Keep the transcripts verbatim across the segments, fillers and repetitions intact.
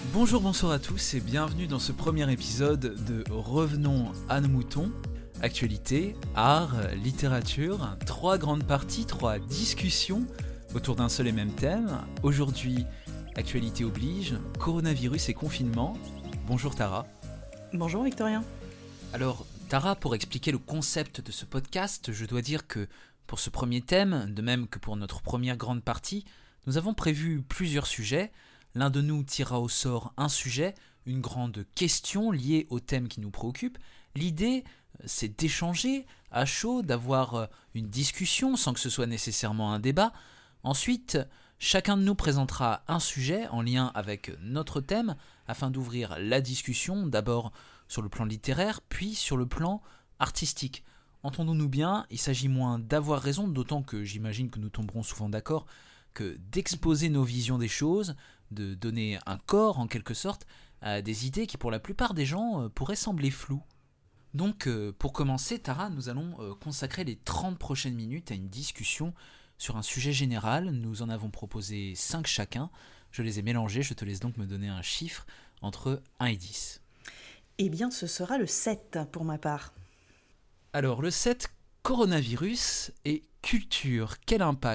Bonjour, bonsoir à tous et bienvenue dans ce premier épisode de Revenons à nos moutons. Actualité, art, littérature, trois grandes parties, trois discussions autour d'un seul et même thème. Aujourd'hui, actualité oblige, coronavirus et confinement. Bonjour Tara. Bonjour Victorien. Alors Tara, pour expliquer le concept de ce podcast, je dois dire que pour ce premier thème, de même que pour notre première grande partie, nous avons prévu plusieurs sujets. L'un de nous tirera au sort un sujet, une grande question liée au thème qui nous préoccupe. L'idée, c'est d'échanger à chaud, d'avoir une discussion sans que ce soit nécessairement un débat. Ensuite, chacun de nous présentera un sujet en lien avec notre thème afin d'ouvrir la discussion, d'abord sur le plan littéraire, puis sur le plan artistique. Entendons-nous bien, il s'agit moins d'avoir raison, d'autant que j'imagine que nous tomberons souvent d'accord, que d'exposer nos visions des choses, de donner un corps en quelque sorte à des idées qui pour la plupart des gens pourraient sembler floues. Donc pour commencer, Tara, nous allons consacrer les trente prochaines minutes à une discussion sur un sujet général. Nous en avons proposé cinq chacun, je les ai mélangés, je te laisse donc me donner un chiffre entre un et dix. Eh bien ce sera le sept pour ma part. Alors le sept, coronavirus et culture, quel impact ?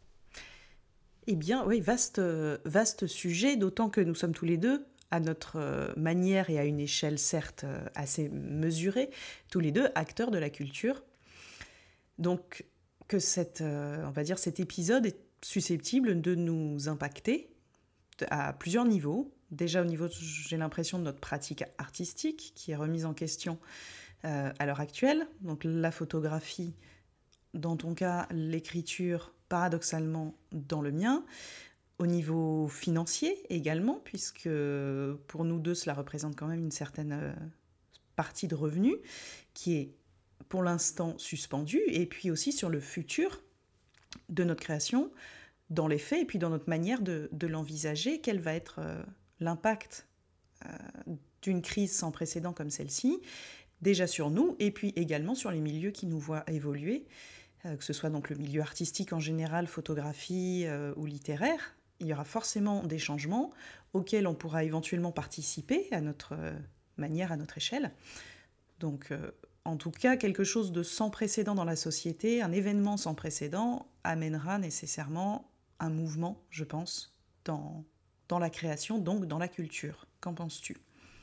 Eh bien, oui, vaste, vaste sujet, d'autant que nous sommes tous les deux, à notre manière et à une échelle certes assez mesurée, tous les deux acteurs de la culture. Donc, que cette, on va dire, cet épisode est susceptible de nous impacter à plusieurs niveaux. Déjà au niveau, j'ai l'impression, de notre pratique artistique, qui est remise en question euh, à l'heure actuelle. Donc la photographie, dans ton cas, l'écriture, paradoxalement dans le mien, au niveau financier également, puisque pour nous deux, cela représente quand même une certaine partie de revenus qui est pour l'instant suspendue, et puis aussi sur le futur de notre création, dans les faits, et puis dans notre manière de, de l'envisager, quel va être euh, l'impact euh, d'une crise sans précédent comme celle-ci, déjà sur nous, et puis également sur les milieux qui nous voient évoluer, que ce soit donc le milieu artistique en général, photographie euh, ou littéraire. Il y aura forcément des changements auxquels on pourra éventuellement participer à notre euh, manière, à notre échelle. Donc, euh, en tout cas, quelque chose de sans précédent dans la société, un événement sans précédent, amènera nécessairement un mouvement, je pense, dans, dans la création, donc dans la culture. Qu'en penses-tu ?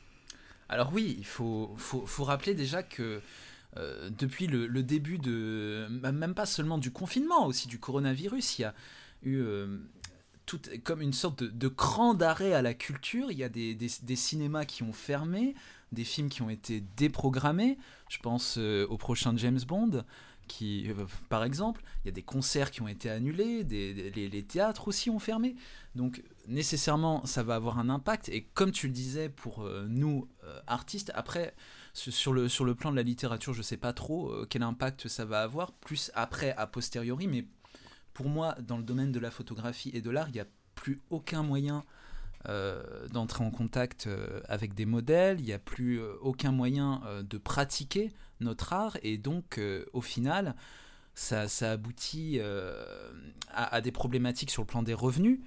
Alors oui, il faut, faut, faut rappeler déjà que Euh, depuis le, le début de, même pas seulement du confinement, aussi du coronavirus, il y a eu euh, tout, comme une sorte de, de cran d'arrêt à la culture. Il y a des, des, des cinémas qui ont fermé, des films qui ont été déprogrammés. Je pense euh, au prochain James Bond, qui, euh, par exemple. Il y a des concerts qui ont été annulés, des, des, les, les théâtres aussi ont fermé. Donc nécessairement, ça va avoir un impact. Et comme tu le disais, pour euh, nous, euh, artistes, après... Sur le, sur le plan de la littérature, je ne sais pas trop euh, quel impact ça va avoir, plus après, a posteriori, mais pour moi, dans le domaine de la photographie et de l'art, il n'y a plus aucun moyen euh, d'entrer en contact euh, avec des modèles, il n'y a plus euh, aucun moyen euh, de pratiquer notre art, et donc, euh, au final, ça, ça aboutit euh, à, à des problématiques sur le plan des revenus,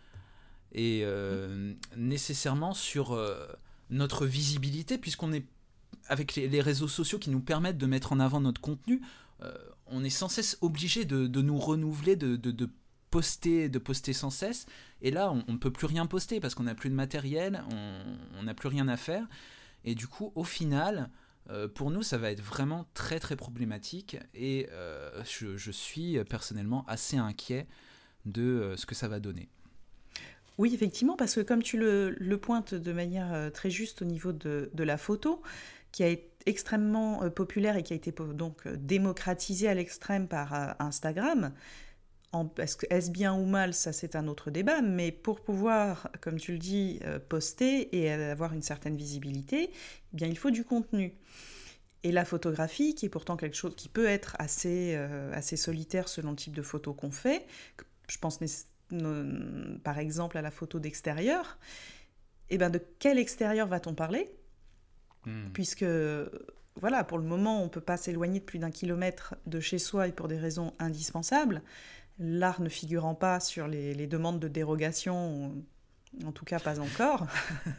et euh, nécessairement sur euh, notre visibilité, puisqu'on est avec les, les réseaux sociaux qui nous permettent de mettre en avant notre contenu, euh, on est sans cesse obligé de, de nous renouveler, de, de, de, poster, de poster sans cesse. Et là, on ne peut plus rien poster parce qu'on n'a plus de matériel, on n'a plus rien à faire. Et du coup, au final, euh, pour nous, ça va être vraiment très très problématique. Et euh, je, je suis personnellement assez inquiet de euh, ce que ça va donner. Oui, effectivement, parce que comme tu le, le pointes de manière très juste au niveau de, de la photo, qui a été extrêmement populaire et qui a été donc démocratisée à l'extrême par Instagram, en, est-ce bien ou mal, ça c'est un autre débat, mais pour pouvoir, comme tu le dis, poster et avoir une certaine visibilité, eh bien il faut du contenu. Et la photographie, qui est pourtant quelque chose qui peut être assez, euh, assez solitaire selon le type de photo qu'on fait, je pense nécessairement par exemple à la photo d'extérieur, et ben de quel extérieur va-t-on parler ? mmh. Puisque, voilà, pour le moment, on ne peut pas s'éloigner de plus d'un kilomètre de chez soi et pour des raisons indispensables. L'art ne figurant pas sur les, les demandes de dérogation En tout cas, pas encore.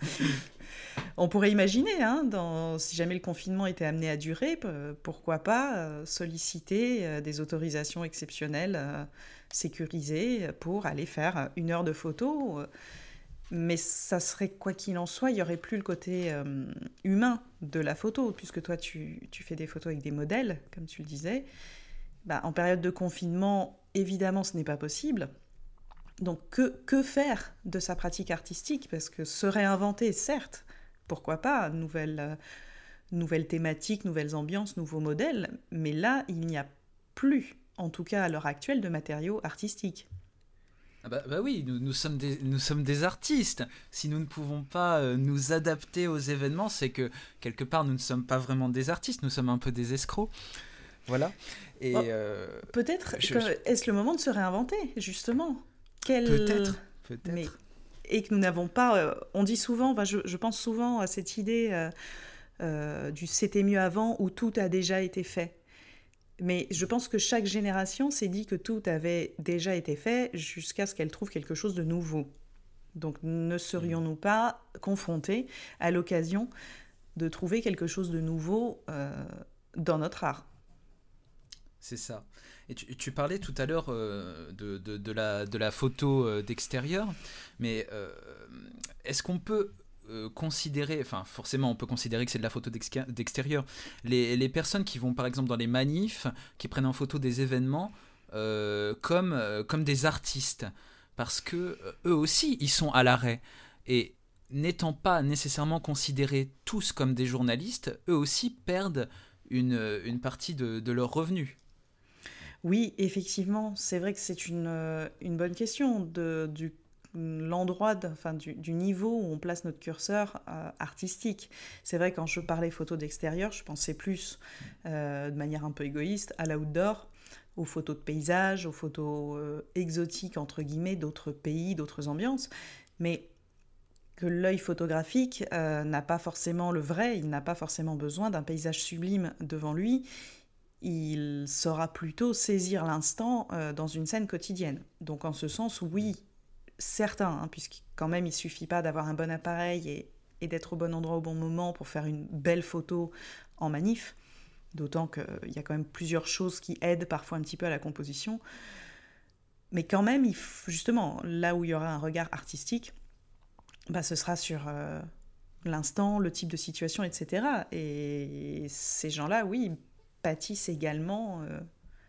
On pourrait imaginer, hein, dans, si jamais le confinement était amené à durer, p- pourquoi pas euh, solliciter euh, des autorisations exceptionnelles euh, sécurisées pour aller faire une heure de photo. euh. Mais ça serait, quoi qu'il en soit, il n'y aurait plus le côté euh, humain de la photo, puisque toi, tu, tu fais des photos avec des modèles, comme tu le disais. Bah, en période de confinement, évidemment, ce n'est pas possible. Donc, que, que faire de sa pratique artistique? Parce que se réinventer, certes, pourquoi pas, nouvelles, euh, nouvelles thématiques, nouvelles ambiances, nouveaux modèles, mais là, il n'y a plus, en tout cas à l'heure actuelle, de matériaux artistiques. Ah bah, bah oui, nous, nous, sommes des, nous sommes des artistes. Si nous ne pouvons pas euh, nous adapter aux événements, c'est que quelque part nous ne sommes pas vraiment des artistes, nous sommes un peu des escrocs. Voilà. Et Bon, euh, peut-être, je- que- je- est-ce le moment de se réinventer, justement? Quel... peut-être, Mais peut-être. et que nous n'avons pas. euh, on dit souvent, enfin, je, je pense souvent à cette idée euh, euh, du c'était mieux avant où tout a déjà été fait. Mais je pense que chaque génération s'est dit que tout avait déjà été fait jusqu'à ce qu'elle trouve quelque chose de nouveau. Donc ne serions-nous pas confrontés à l'occasion de trouver quelque chose de nouveau euh, dans notre art? C'est ça. Et tu, tu parlais tout à l'heure euh, de, de, de la, de la photo euh, d'extérieur, mais euh, est-ce qu'on peut euh, considérer, enfin forcément on peut considérer que c'est de la photo d'exca- d'extérieur, les, les personnes qui vont par exemple dans les manifs, qui prennent en photo des événements euh, comme, euh, comme des artistes, parce que euh, eux aussi ils sont à l'arrêt, et n'étant pas nécessairement considérés tous comme des journalistes, eux aussi perdent une, une partie de, de leurs revenus. Oui, effectivement, c'est vrai que c'est une, euh, une bonne question de, du l'endroit, de- enfin, du, du niveau où on place notre curseur euh, artistique. C'est vrai, quand je parlais photos d'extérieur, je pensais plus, euh, de manière un peu égoïste, à l'outdoor, aux photos de paysages, aux photos euh, exotiques, entre guillemets, d'autres pays, d'autres ambiances. Mais que l'œil photographique euh, n'a pas forcément le vrai, il n'a pas forcément besoin d'un paysage sublime devant lui, il saura plutôt saisir l'instant euh, dans une scène quotidienne. Donc en ce sens, oui, certain, hein, puisqu'il quand même il suffit pas d'avoir un bon appareil et, et d'être au bon endroit au bon moment pour faire une belle photo en manif, d'autant qu'il y a quand même plusieurs choses qui aident parfois un petit peu à la composition. Mais quand même, il f- justement, là où il y aura un regard artistique, bah, ce sera sur euh, l'instant, le type de situation, et cetera. Et ces gens-là, oui, pâtissent également euh,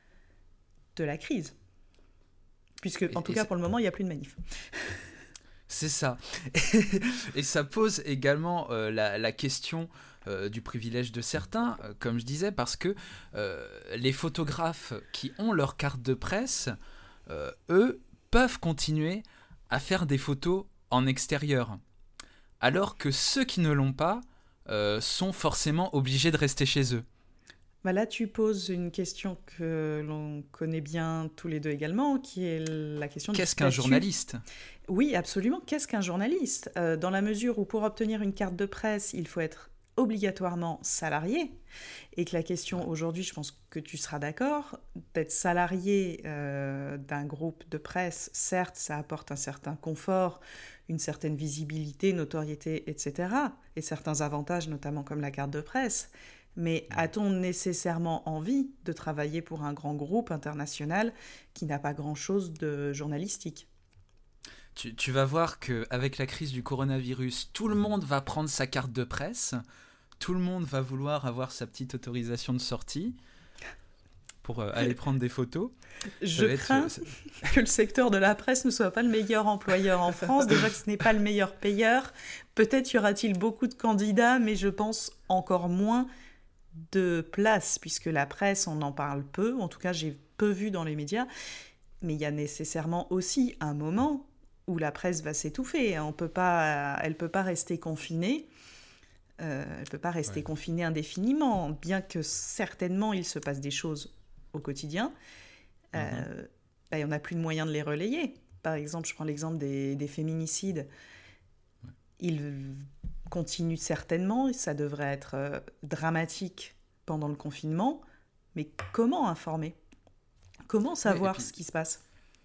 de la crise. Puisque, en Et, tout et cas, c'est pour le moment, il n'y a plus de manif. c'est ça. Et ça pose également euh, la, la question euh, du privilège de certains, euh, comme je disais, parce que euh, les photographes qui ont leur carte de presse, euh, eux, peuvent continuer à faire des photos en extérieur. Alors que ceux qui ne l'ont pas euh, sont forcément obligés de rester chez eux. Bah là, tu poses une question que l'on connaît bien tous les deux également, qui est la question du Qu'est-ce qu'un statut. journaliste? Oui, absolument. Qu'est-ce qu'un journaliste? Euh, Dans la mesure où pour obtenir une carte de presse, il faut être obligatoirement salarié, et que la question aujourd'hui, je pense que tu seras d'accord, d'être salarié euh, d'un groupe de presse, certes, ça apporte un certain confort, une certaine visibilité, notoriété, et cetera, et certains avantages, notamment comme la carte de presse. Mais a-t-on nécessairement envie de travailler pour un grand groupe international qui n'a pas grand-chose de journalistique? Tu, tu vas voir qu'avec la crise du coronavirus, tout le monde va prendre sa carte de presse, tout le monde va vouloir avoir sa petite autorisation de sortie pour euh, aller prendre des photos. Ça Je va être, euh, crains ça- que le secteur de la presse ne soit pas le meilleur employeur en France. Déjà que ce n'est pas le meilleur payeur. Peut-être y aura-t-il beaucoup de candidats, mais je pense encore moins de place, puisque la presse, on en parle peu. En tout cas, j'ai peu vu dans les médias. Mais il y a nécessairement aussi un moment où la presse va s'étouffer. On peut pas, elle ne peut pas rester confinée. Euh, elle ne peut pas rester Ouais. confinée indéfiniment, bien que certainement il se passe des choses au quotidien. Mhm. euh, bah, on n'a plus de moyens de les relayer. Par exemple, je prends l'exemple des, des féminicides. Ils continuent certainement, ça devrait être euh, dramatique pendant le confinement, mais comment informer? Comment Ouais, et savoir puis ce qui se passe?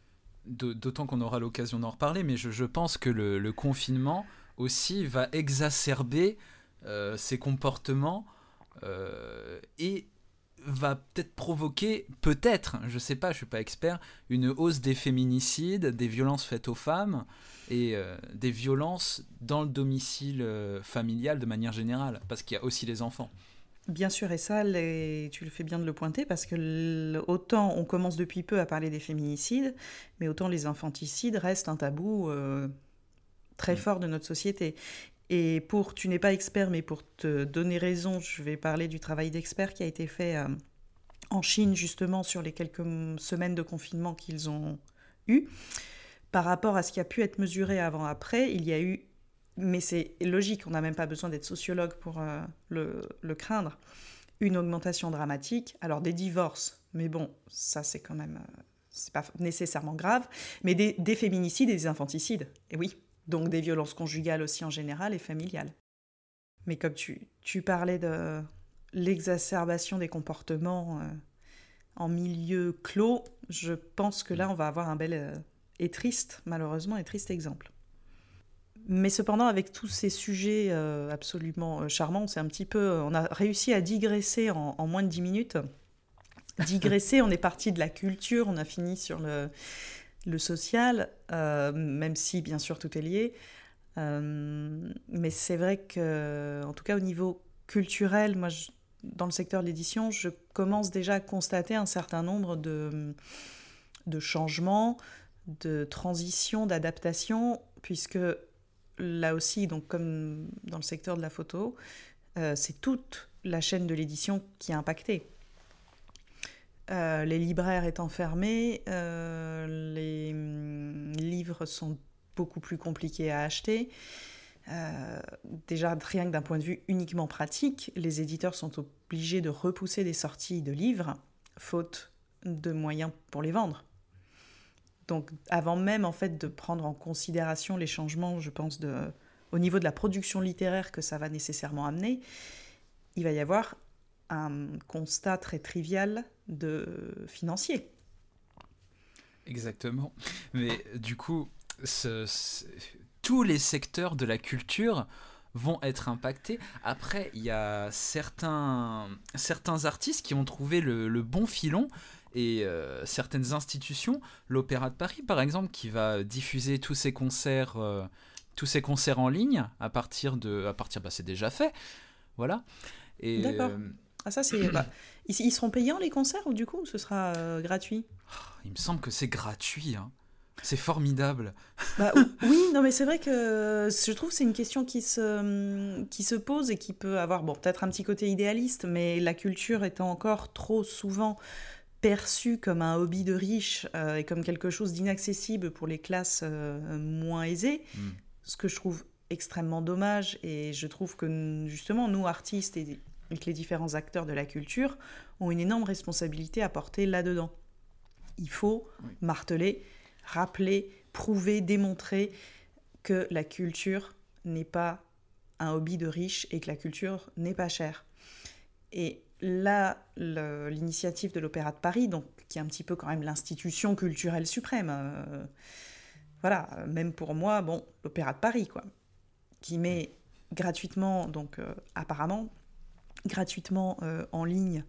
d'autant qu'on aura l'occasion d'en reparler, mais je, je pense que le, le confinement aussi va exacerber euh, ces comportements euh, et va peut-être provoquer, peut-être, je sais pas, je suis pas expert, une hausse des féminicides, des violences faites aux femmes et euh, des violences dans le domicile euh, familial de manière générale, parce qu'il y a aussi les enfants. Bien sûr, et ça, les... tu le fais bien de le pointer, parce que l- autant on commence depuis peu à parler des féminicides, mais autant les infanticides restent un tabou euh, très Mm. fort de notre société. Et pour, tu n'es pas expert, mais pour te donner raison, je vais parler du travail d'expert qui a été fait euh, en Chine, justement, sur les quelques m- semaines de confinement qu'ils ont eu. Par rapport à ce qui a pu être mesuré avant-après, il y a eu, mais c'est logique, on n'a même pas besoin d'être sociologue pour euh, le, le craindre, une augmentation dramatique. Alors des divorces, mais bon, ça c'est quand même, euh, c'est pas nécessairement grave, mais des, des féminicides et des infanticides, et oui, donc des violences conjugales aussi en général et familiales. Mais comme tu, tu parlais de l'exacerbation des comportements euh, en milieu clos, je pense que là on va avoir un bel euh, et triste, malheureusement, et triste exemple. Mais cependant, avec tous ces sujets euh, absolument euh, charmants, c'est un petit peu, on a réussi à digresser en, en moins de dix minutes. Digresser, on est parti de la culture, on a fini sur le, le social, euh, même si bien sûr tout est lié. Euh, mais c'est vrai que, en tout cas au niveau culturel, moi, je, dans le secteur de l'édition, je commence déjà à constater un certain nombre de, de changements, de transitions, d'adaptations, puisque là aussi, donc comme dans le secteur de la photo, euh, c'est toute la chaîne de l'édition qui est impactée. Euh, les libraires étant fermés, euh, les hum, livres sont beaucoup plus compliqués à acheter. Euh, déjà, rien que d'un point de vue uniquement pratique, les éditeurs sont obligés de repousser des sorties de livres, faute de moyens pour les vendre. Donc, avant même en fait de prendre en considération les changements, je pense, de, au niveau de la production littéraire que ça va nécessairement amener, il va y avoir un constat très trivial de financier. Exactement. Mais du coup, ce, ce, tous les secteurs de la culture vont être impactés. Après, il y a certains, certains artistes qui ont trouvé le, le bon filon et euh, certaines institutions, l'Opéra de Paris par exemple, qui va diffuser tous ses concerts, euh, tous ses concerts en ligne à partir de, à partir, bah, c'est déjà fait, voilà. Et D'accord. euh, Ah ça c'est, bah, ils, ils seront payants les concerts ou du coup ce sera euh, gratuit? il me semble que c'est gratuit, hein. C'est formidable. Bah oui, non mais c'est vrai que je trouve que c'est une question qui se, qui se pose et qui peut avoir, bon, peut-être un petit côté idéaliste, mais la culture étant encore trop souvent perçue comme un hobby de riche euh, et comme quelque chose d'inaccessible pour les classes euh, moins aisées, Mm. ce que je trouve extrêmement dommage, et je trouve que justement nous artistes et, et que les différents acteurs de la culture ont une énorme responsabilité à porter là-dedans. Il faut Oui. marteler, rappeler, prouver, démontrer que la culture n'est pas un hobby de riche et que la culture n'est pas chère. Et là, le, l'initiative de l'Opéra de Paris, donc, qui est un petit peu quand même l'institution culturelle suprême, euh, voilà, même pour moi, bon, l'Opéra de Paris, quoi, qui met gratuitement, donc euh, apparemment, gratuitement euh, en ligne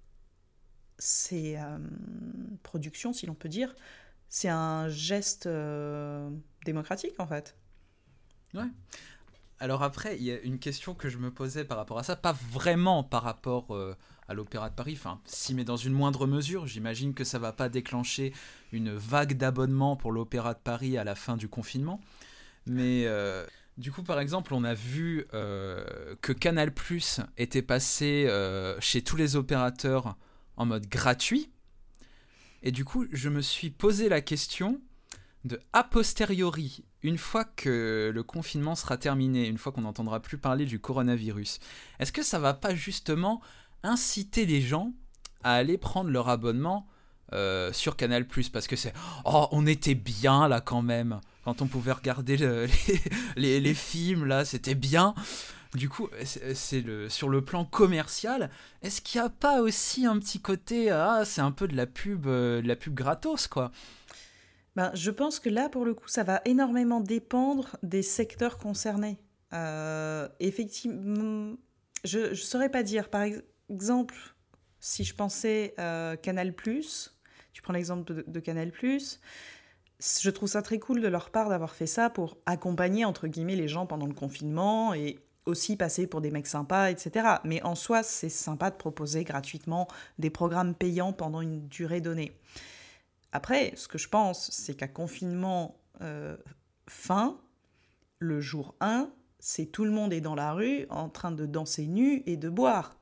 ses euh, productions, si l'on peut dire, c'est un geste euh, démocratique, en fait. Ouais. Alors après, il y a une question que je me posais par rapport à ça, pas vraiment par rapport euh, à l'Opéra de Paris, enfin, si, mais dans une moindre mesure. J'imagine que ça va pas déclencher une vague d'abonnements pour l'Opéra de Paris à la fin du confinement. Mais euh, du coup, par exemple, on a vu euh, que Canal+ était passé euh, chez tous les opérateurs en mode gratuit. Et du coup, je me suis posé la question de a posteriori, une fois que le confinement sera terminé, une fois qu'on n'entendra plus parler du coronavirus, est-ce que ça va pas justement inciter les gens à aller prendre leur abonnement euh, sur Canal+, parce que c'est oh, on était bien là quand même quand on pouvait regarder le, les, les, les films là, c'était bien. Du coup, c'est, c'est le, sur le plan commercial, est-ce qu'il n'y a pas aussi un petit côté ah c'est un peu de la pub, euh, de la pub gratos quoi? Ben, je pense que là, pour le coup, ça va énormément dépendre des secteurs concernés. Euh, effectivement, je ne saurais pas dire. Par ex- exemple, si je pensais euh, Canal+, tu prends l'exemple de, de Canal+, je trouve ça très cool de leur part d'avoir fait ça pour accompagner, entre guillemets, les gens pendant le confinement et aussi passer pour des mecs sympas, et cetera. Mais en soi, c'est sympa de proposer gratuitement des programmes payants pendant une durée donnée. Après, ce que je pense, c'est qu'à confinement euh, fin, le jour un, c'est tout le monde est dans la rue en train de danser nu et de boire.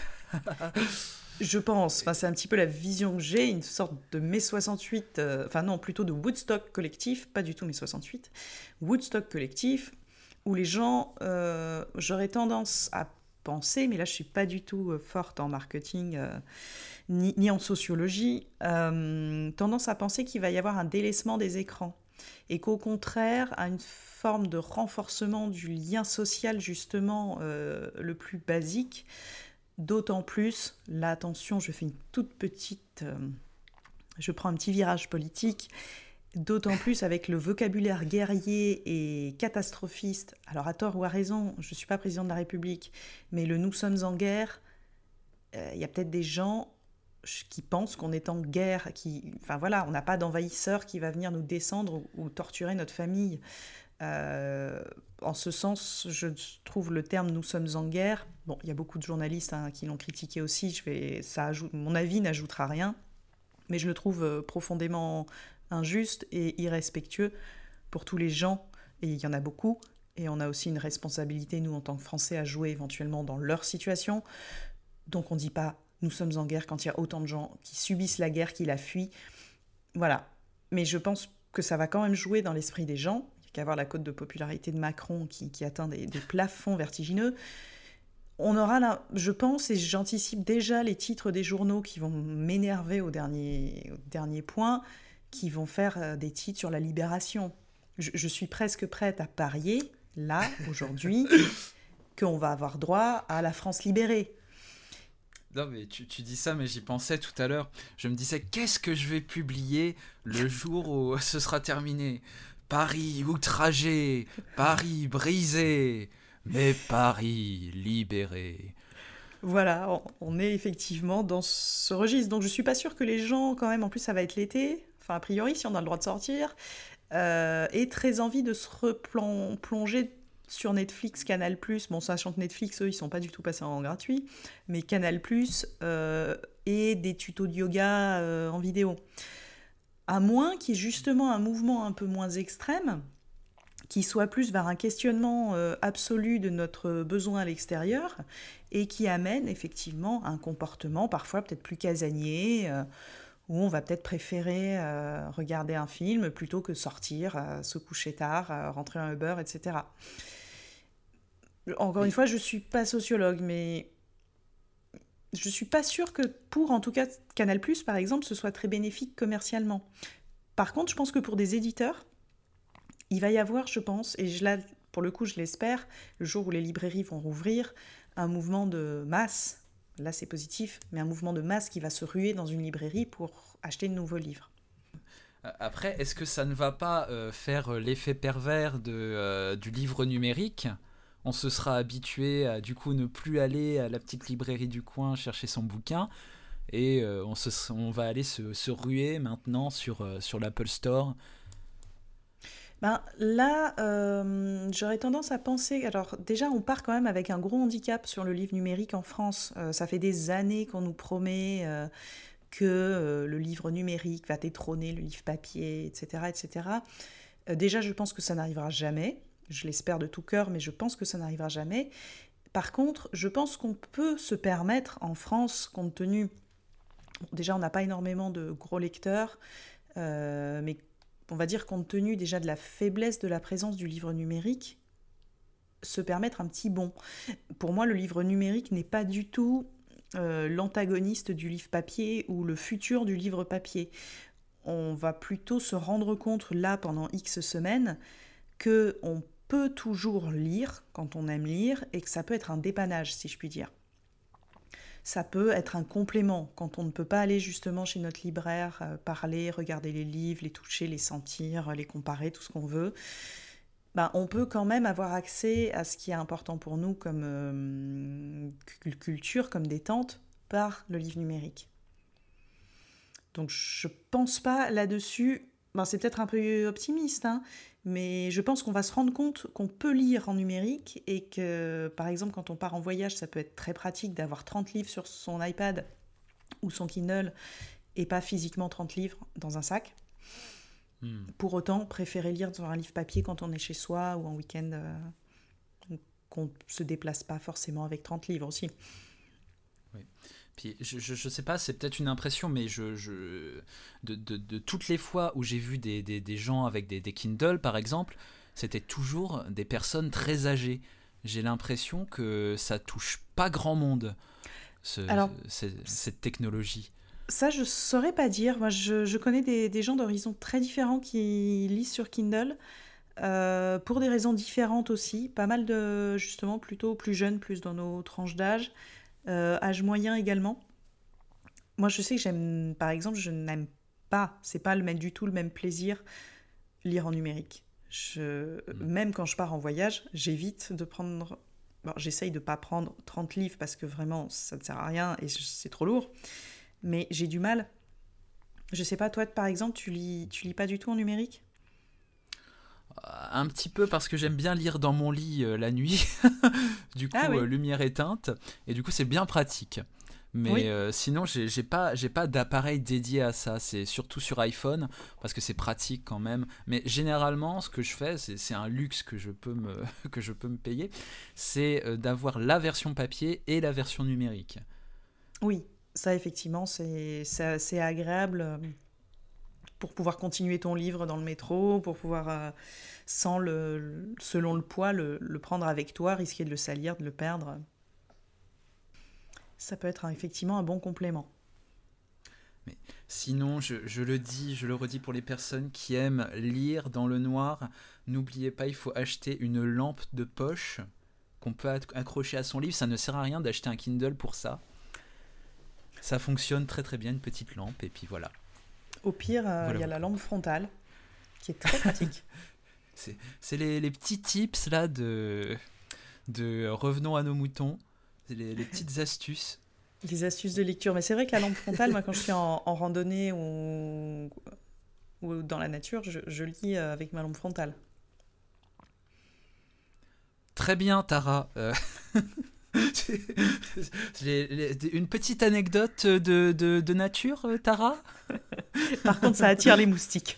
Je pense, enfin, c'est un petit peu la vision que j'ai, une sorte de mai soixante-huit, euh, enfin non, plutôt de Woodstock collectif, pas du tout mai soixante-huit, Woodstock collectif, où les gens, euh, j'aurais tendance à penser, mais là je suis pas du tout euh, forte en marketing, euh, ni, ni en sociologie, euh, tendance à penser qu'il va y avoir un délaissement des écrans et qu'au contraire, à une forme de renforcement du lien social justement euh, le plus basique, d'autant plus, là attention, je fais une toute petite, euh, je prends un petit virage politique, d'autant plus avec le vocabulaire guerrier et catastrophiste, alors à tort ou à raison, je ne suis pas président de la République, mais le « nous sommes en guerre », il euh, y a peut-être des gens qui pensent qu'on est en guerre, qui, enfin voilà, on n'a pas d'envahisseur qui va venir nous descendre ou, ou torturer notre famille. Euh, en ce sens, je trouve le terme « nous sommes en guerre », bon, il y a beaucoup de journalistes hein, qui l'ont critiqué aussi, je vais, ça ajoute, mon avis n'ajoutera rien, mais je le trouve euh, profondément injuste et irrespectueux pour tous les gens, et il y en a beaucoup, et on a aussi une responsabilité, nous, en tant que Français, à jouer éventuellement dans leur situation. Donc on ne dit pas « nous sommes en guerre » quand il y a autant de gens qui subissent la guerre, qui la fuient. Voilà. Mais je pense que ça va quand même jouer dans l'esprit des gens. Il n'y a qu'à voir la cote de popularité de Macron qui, qui atteint des, des plafonds vertigineux. On aura là, je pense, et j'anticipe déjà les titres des journaux qui vont m'énerver au dernier, au dernier point, qui vont faire des titres sur la libération. Je, je suis presque prête à parier, là, aujourd'hui, qu'on va avoir droit à la France libérée. Non mais tu, tu dis ça, mais j'y pensais tout à l'heure. Je me disais, qu'est-ce que je vais publier le jour où ce sera terminé ? Paris outragé, Paris brisé, mais Paris libéré. Voilà, on, on est effectivement dans ce registre. Donc je suis pas sûre que les gens, quand même, en plus ça va être l'été, enfin a priori si on a le droit de sortir, euh, aient très envie de se replonger sur Netflix, Canal+, bon, sachant que Netflix, eux, ils sont pas du tout passés en gratuit, mais Canal+, euh, et des tutos de yoga euh, en vidéo. À moins qu'il y ait justement un mouvement un peu moins extrême, qui soit plus vers un questionnement euh, absolu de notre besoin à l'extérieur, et qui amène effectivement un comportement parfois peut-être plus casanier, euh, où on va peut-être préférer euh, regarder un film plutôt que sortir, euh, se coucher tard, euh, rentrer en Uber, et cetera. Encore une fois, je ne suis pas sociologue, mais je ne suis pas sûre que pour, en tout cas, Canal+, par exemple, ce soit très bénéfique commercialement. Par contre, je pense que pour des éditeurs, il va y avoir, je pense, et je, là, pour le coup, je l'espère, le jour où les librairies vont rouvrir, un mouvement de masse, là c'est positif, mais un mouvement de masse qui va se ruer dans une librairie pour acheter de nouveaux livres. Après, est-ce que ça ne va pas euh, faire l'effet pervers de, euh, du livre numérique ? On se sera habitué à du coup ne plus aller à la petite librairie du coin chercher son bouquin et euh, on, se, on va aller se, se ruer maintenant sur, euh, sur l'Apple Store. Ben, là, euh, j'aurais tendance à penser... Alors déjà, on part quand même avec un gros handicap sur le livre numérique en France. Euh, ça fait des années qu'on nous promet euh, que euh, le livre numérique va détrôner le livre papier, et cetera et cetera. Euh, déjà, je pense que ça n'arrivera jamais. Je l'espère de tout cœur, mais je pense que ça n'arrivera jamais. Par contre, je pense qu'on peut se permettre en France, compte tenu... Déjà, on n'a pas énormément de gros lecteurs, euh, mais on va dire compte tenu déjà de la faiblesse de la présence du livre numérique, se permettre un petit bond. Pour moi, le livre numérique n'est pas du tout euh, l'antagoniste du livre papier ou le futur du livre papier. On va plutôt se rendre compte, là, pendant X semaines, qu'on peut toujours lire quand on aime lire et que ça peut être un dépannage, si je puis dire. ça peut être un complément. Quand on ne peut pas aller justement chez notre libraire, euh, parler, regarder les livres, les toucher, les sentir, les comparer, tout ce qu'on veut, ben, on peut quand même avoir accès à ce qui est important pour nous comme euh, culture, comme détente, par le livre numérique. Donc je pense pas là-dessus, ben, c'est peut-être un peu optimiste, hein, mais je pense qu'on va se rendre compte qu'on peut lire en numérique et que, par exemple, quand on part en voyage, ça peut être très pratique d'avoir trente livres sur son iPad ou son Kindle et pas physiquement trente livres dans un sac. Hmm. Pour autant, préférer lire dans un livre papier quand on est chez soi ou en week-end, euh, qu'on ne se déplace pas forcément avec trente livres aussi. Oui. Puis je, je, je sais pas, c'est peut-être une impression, mais je, je, de, de, de toutes les fois où j'ai vu des, des, des gens avec des, des Kindle, par exemple, c'était toujours des personnes très âgées. J'ai l'impression que ça touche pas grand monde, ce, Alors, ce, cette technologie. Ça, je saurais pas dire. Moi, je, je connais des, des gens d'horizons très différents qui lisent sur Kindle, euh, pour des raisons différentes aussi. Pas mal de, justement, plutôt plus jeunes, plus dans nos tranches d'âge. Euh, âge moyen également. Moi, je sais que j'aime, par exemple, je n'aime pas, c'est pas le même, du tout le même plaisir, lire en numérique. Je, mmh. Même quand je pars en voyage, j'évite de prendre... Bon, j'essaye de ne pas prendre trente livres parce que vraiment, ça ne sert à rien et c'est trop lourd. Mais j'ai du mal. Je sais pas, toi, par exemple, tu lis, tu lis pas du tout en numérique ? Un petit peu parce que j'aime bien lire dans mon lit euh, la nuit, du coup ah, oui. euh, lumière éteinte, et du coup c'est bien pratique. Mais oui. euh, sinon j'ai, j'ai pas, j'ai pas d'appareil dédié à ça, c'est surtout sur iPhone, parce que c'est pratique quand même. Mais généralement ce que je fais, c'est, c'est un luxe que je peux me, que je peux me payer, c'est euh, d'avoir la version papier et la version numérique. Oui, ça effectivement c'est, c'est, c'est agréable pour pouvoir continuer ton livre dans le métro, pour pouvoir, euh, sans le, selon le poids, le, le prendre avec toi, risquer de le salir, de le perdre. Ça peut être un, effectivement un bon complément. Mais sinon, je, je le dis, je le redis pour les personnes qui aiment lire dans le noir, n'oubliez pas, il faut acheter une lampe de poche qu'on peut accrocher à son livre. Ça ne sert à rien d'acheter un Kindle pour ça. Ça fonctionne très très bien, une petite lampe, et puis voilà. Au pire, il euh, voilà. y a la lampe frontale, qui est très pratique. c'est c'est les, les petits tips là de, de revenons à nos moutons, c'est les, les petites astuces. Les astuces de lecture. Mais c'est vrai que la lampe frontale, moi quand je suis en, en randonnée ou, ou dans la nature, je, je lis avec ma lampe frontale. Très bien, Tara. Euh... les, les, une petite anecdote de, de, de nature, Tara. Par contre, ça attire les moustiques.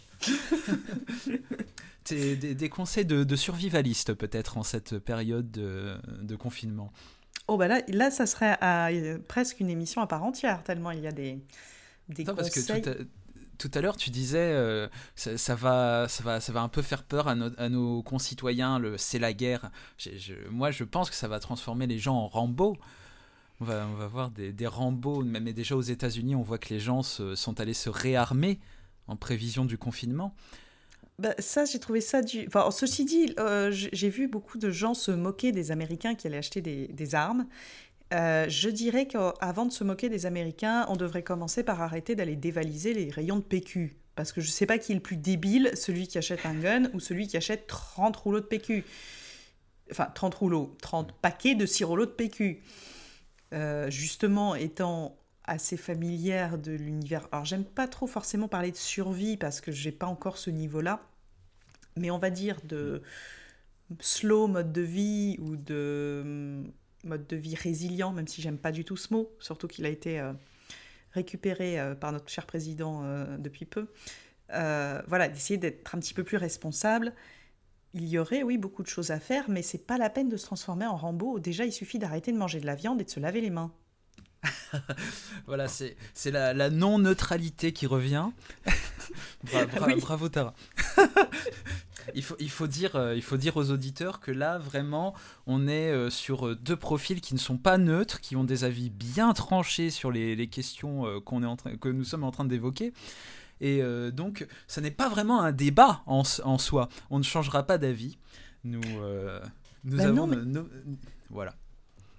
des, des conseils de, de survivaliste peut-être en cette période de, de confinement. Oh bah là, là ça serait à, presque une émission à part entière, tellement il y a des, des non, conseils. Parce que tout à, tout à l'heure, tu disais euh, ça, ça, va, ça, va, ça va un peu faire peur à, no, à nos concitoyens, le, c'est la guerre. Je, je, moi, je pense que ça va transformer les gens en Rambo. On va, on va voir des, des Rambo, même déjà aux États-Unis, on voit que les gens se, sont allés se réarmer en prévision du confinement. Bah, ça, j'ai trouvé ça du... Enfin, ceci dit, euh, j'ai vu beaucoup de gens se moquer des Américains qui allaient acheter des, des armes. Euh, je dirais qu'avant de se moquer des Américains, on devrait commencer par arrêter d'aller dévaliser les rayons de P Q. Parce que je ne sais pas qui est le plus débile, celui qui achète un gun ou celui qui achète trente rouleaux de P Q. Enfin, trente rouleaux, trente paquets de six rouleaux de P Q. Euh, justement, étant assez familière de l'univers... Alors, j'aime pas trop forcément parler de survie parce que j'ai pas encore ce niveau-là. Mais on va dire de slow mode de vie ou de mode de vie résilient, même si j'aime pas du tout ce mot, surtout qu'il a été euh, récupéré euh, par notre cher président euh, depuis peu. Euh, voilà, d'essayer d'être un petit peu plus responsable. Il y aurait, oui, beaucoup de choses à faire, mais c'est pas la peine de se transformer en Rambo. Déjà, il suffit d'arrêter de manger de la viande et de se laver les mains. Voilà, c'est, c'est la, la non-neutralité qui revient. Bra, bra, oui. Bravo, Tara. il, faut, il, faut dire, euh, il faut dire aux auditeurs que là, vraiment, on est euh, sur deux profils qui ne sont pas neutres, qui ont des avis bien tranchés sur les, les questions euh, qu'on est en train, que nous sommes en train d'évoquer. Et euh, donc, ça n'est pas vraiment un débat en, en soi. On ne changera pas d'avis. Nous, euh, nous bah avons... Non, mais... nos, nos, voilà.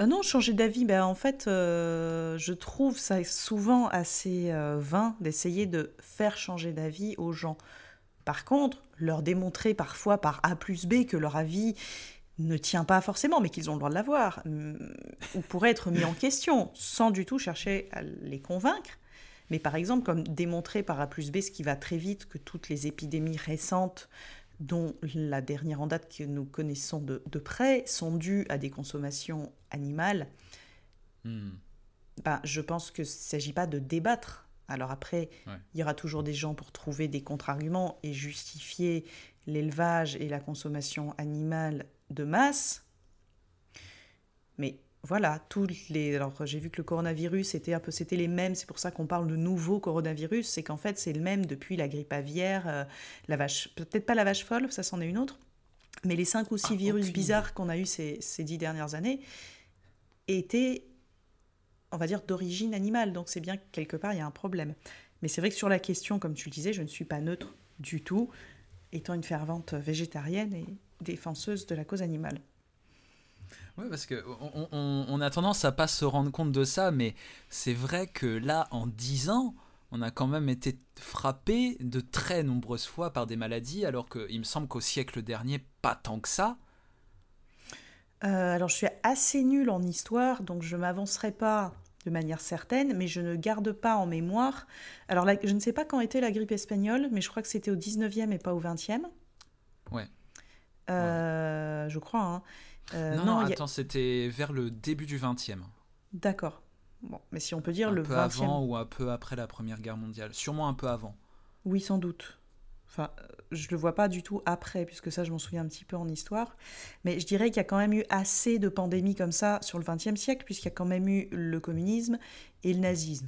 Euh, non, changer d'avis, ben, en fait, euh, je trouve ça souvent assez euh, vain d'essayer de faire changer d'avis aux gens. Par contre, leur démontrer parfois par A plus B que leur avis ne tient pas forcément, mais qu'ils ont le droit de l'avoir, hum, ou pourrait être mis en question, sans du tout chercher à les convaincre. Mais par exemple, comme démontrer par A plus B, ce qui va très vite, que toutes les épidémies récentes, dont la dernière en date que nous connaissons de, de près, sont dues à des consommations animales, Hmm. ben, je pense qu'il ne s'agit pas de débattre. Alors après, Ouais. il y aura toujours des gens pour trouver des contre-arguments et justifier l'élevage et la consommation animale de masse. Mais voilà, tous les. Alors j'ai vu que le coronavirus était un peu, c'était les mêmes. C'est pour ça qu'on parle de nouveau coronavirus. C'est qu'en fait c'est le même depuis la grippe aviaire, euh, la vache, peut-être pas la vache folle, ça c'en est une autre. Mais les cinq ou six Ah, virus aucune idée. bizarres qu'on a eu ces, ces dix dernières années étaient, on va dire, d'origine animale. Donc c'est bien que quelque part il y a un problème. Mais c'est vrai que sur la question, comme tu le disais, je ne suis pas neutre du tout, étant une fervente végétarienne et défenseuse de la cause animale. Ouais, parce que on, on- on a tendance à pas se rendre compte de ça, mais c'est vrai que là, en dix ans, on a quand même été frappé de très nombreuses fois par des maladies, alors qu'il me semble qu'au siècle dernier, pas tant que ça. Euh, alors, je suis assez nulle en histoire, donc je ne m'avancerai pas de manière certaine, mais je ne garde pas en mémoire. Alors, la- je ne sais pas quand était la grippe espagnole, mais je crois que c'était au dix-neuvième et pas au vingtième. Ouais, ouais, ouais. Euh, je crois, hein. Euh, Non, non, non, il y a... attends, c'était vers le début du vingtième. D'accord. Bon, mais si on peut dire Un le peu vingtième, avant ou un peu après la Première Guerre mondiale. Sûrement un peu avant. oui, sans doute. Enfin, euh, je le vois pas du tout après, puisque ça, je m'en souviens un petit peu en histoire. Mais je dirais qu'il y a quand même eu assez de pandémies comme ça sur le vingtième siècle, puisqu'il y a quand même eu le communisme et le nazisme.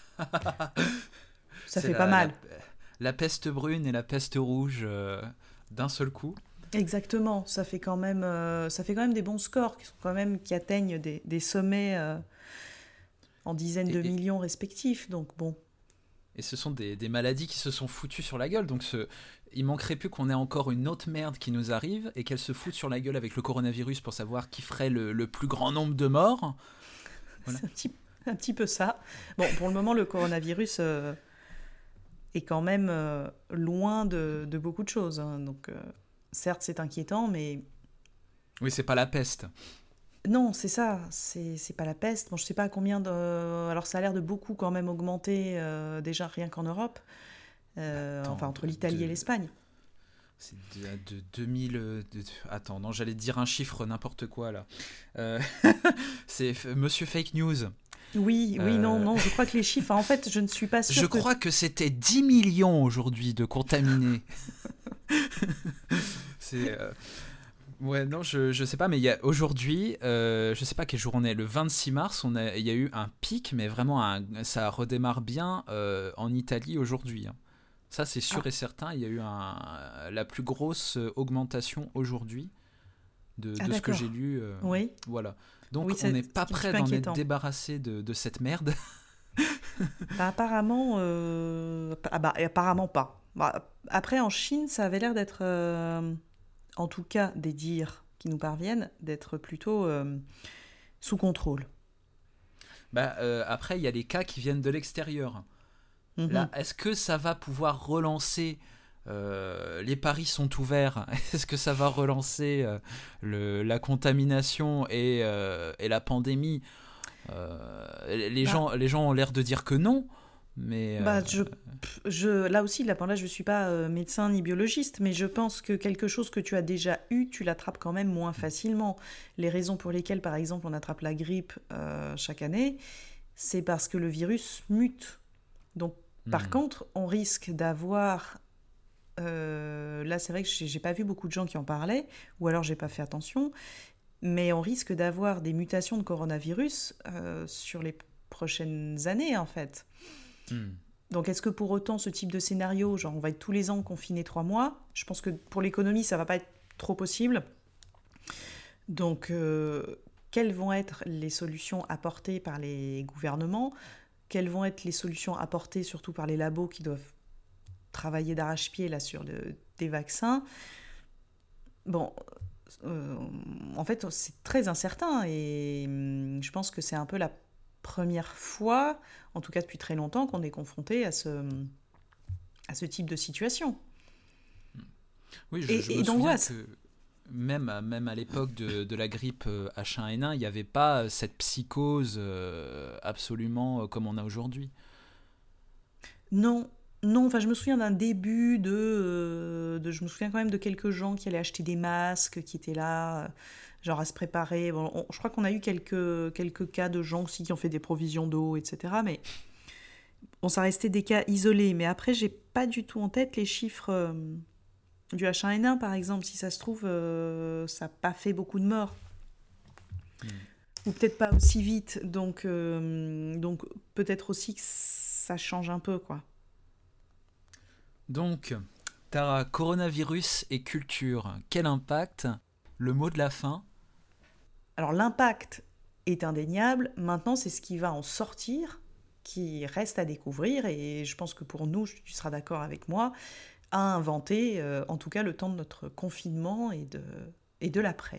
Ça C'est fait pas la, la, mal. la peste brune et la peste rouge euh, d'un seul coup. Exactement, ça fait quand même, euh, ça fait quand même des bons scores qui sont quand même qui atteignent des, des sommets euh, en dizaines de Et, et, millions respectifs. Donc bon, et ce sont des, des maladies qui se sont foutues sur la gueule. Donc ce, il manquerait plus qu'on ait encore une autre merde qui nous arrive et qu'elle se foute sur la gueule avec le coronavirus pour savoir qui ferait le, le plus grand nombre de morts. Voilà. c'est un petit, un petit peu ça. Bon, pour le moment, le coronavirus euh, est quand même euh, loin de, de beaucoup de choses, hein. Donc euh, certes, c'est inquiétant, mais Oui, c'est pas la peste. non, c'est ça, c'est c'est pas la peste. Bon, je sais pas à combien de. Alors ça a l'air de beaucoup quand même augmenter euh, déjà rien qu'en Europe. Euh, enfin Attends, entre de, l'Italie et de, l'Espagne. c'est de, de deux mille. euh, de- attends, non, j'allais dire un chiffre n'importe quoi là. Euh, c'est f- Monsieur Fake News. Oui, oui, non, Euh, non, je crois que les chiffres, en fait, je ne suis pas je sûre que... crois que c'était dix millions aujourd'hui de contaminés. C'est. euh, Ouais, non, je, je sais pas, mais il y a aujourd'hui, euh, je sais pas quel jour on est, le vingt-six mars, on a, il y a eu un pic, mais vraiment, un- ça redémarre bien euh, en Italie aujourd'hui, hein. Ça, c'est sûr Ah, et certain, il y a eu un, la plus grosse augmentation aujourd'hui de, ah de ce que j'ai d'accord. lu. euh, Oui, voilà. Donc, oui, on c'est n'est c'est pas un petit prêt peu d'en être inquiétant. débarrassé de, de cette merde. Bah, apparemment, euh, ah bah, apparemment pas. Bah, après, en Chine, ça avait l'air d'être, euh, en tout cas, des dires qui nous parviennent, d'être plutôt euh, sous contrôle. Bah, euh, après, il y a les cas qui viennent de l'extérieur. Là, Mhm. est-ce que ça va pouvoir relancer euh, les paris sont ouverts. Est-ce que ça va relancer euh, le, la contamination et, euh, et la pandémie? Euh, les, Bah, gens, les gens ont l'air de dire que non, mais euh, bah, je, je, là aussi, là, bon, là, je ne suis pas euh, médecin ni biologiste, mais je pense que quelque chose que tu as déjà eu, tu l'attrapes quand même moins facilement. Les raisons pour lesquelles, par exemple, on attrape la grippe euh, chaque année, c'est parce que le virus mute. Donc, par hmm, contre, on risque d'avoir... euh, là, c'est vrai que j'ai j'ai pas vu beaucoup de gens qui en parlaient, ou alors j'ai pas fait attention, mais on risque d'avoir des mutations de coronavirus euh, sur les prochaines années, en fait. hmm. Donc, est-ce que pour autant, ce type de scénario, genre on va être tous les ans confinés trois mois, je pense que pour l'économie, ça va pas être trop possible. Donc, euh, quelles vont être les solutions apportées par les gouvernements? Quelles vont être les solutions apportées surtout par les labos qui doivent travailler d'arrache-pied là sur le, des vaccins? Bon, euh, en fait, c'est très incertain et hum, je pense que c'est un peu la première fois, en tout cas depuis très longtemps, qu'on est confronté à ce, à ce type de situation. Oui, je, je Et, me et souviens d'angoisse. que même, à- même à l'époque de, de la grippe euh, H un N un, il n'y avait pas cette psychose euh, absolument euh, comme on a aujourd'hui. Non, non, enfin je me souviens d'un début de, euh, de- Je me souviens quand même de quelques gens qui allaient acheter des masques, qui étaient là, euh, genre à se préparer. Bon, on- je crois qu'on a eu quelques, quelques cas de gens aussi qui ont fait des provisions d'eau, et cetera. Mais bon, ça restait des cas isolés. Mais après, j'ai pas du tout en tête les chiffres euh, du H un N un, par exemple. Si ça se trouve, euh, ça n'a pas fait beaucoup de morts. Hmm. Ou peut-être pas aussi vite. Donc, euh, donc peut-être aussi que ça change un peu, quoi. Donc, Tara, coronavirus et culture, quel impact? Le mot de la fin. Alors l'impact est indéniable, maintenant c'est ce qui va en sortir qui reste à découvrir et je pense que pour nous, tu seras d'accord avec moi, à inventer euh, en tout cas le temps de notre confinement et de, et de l'après.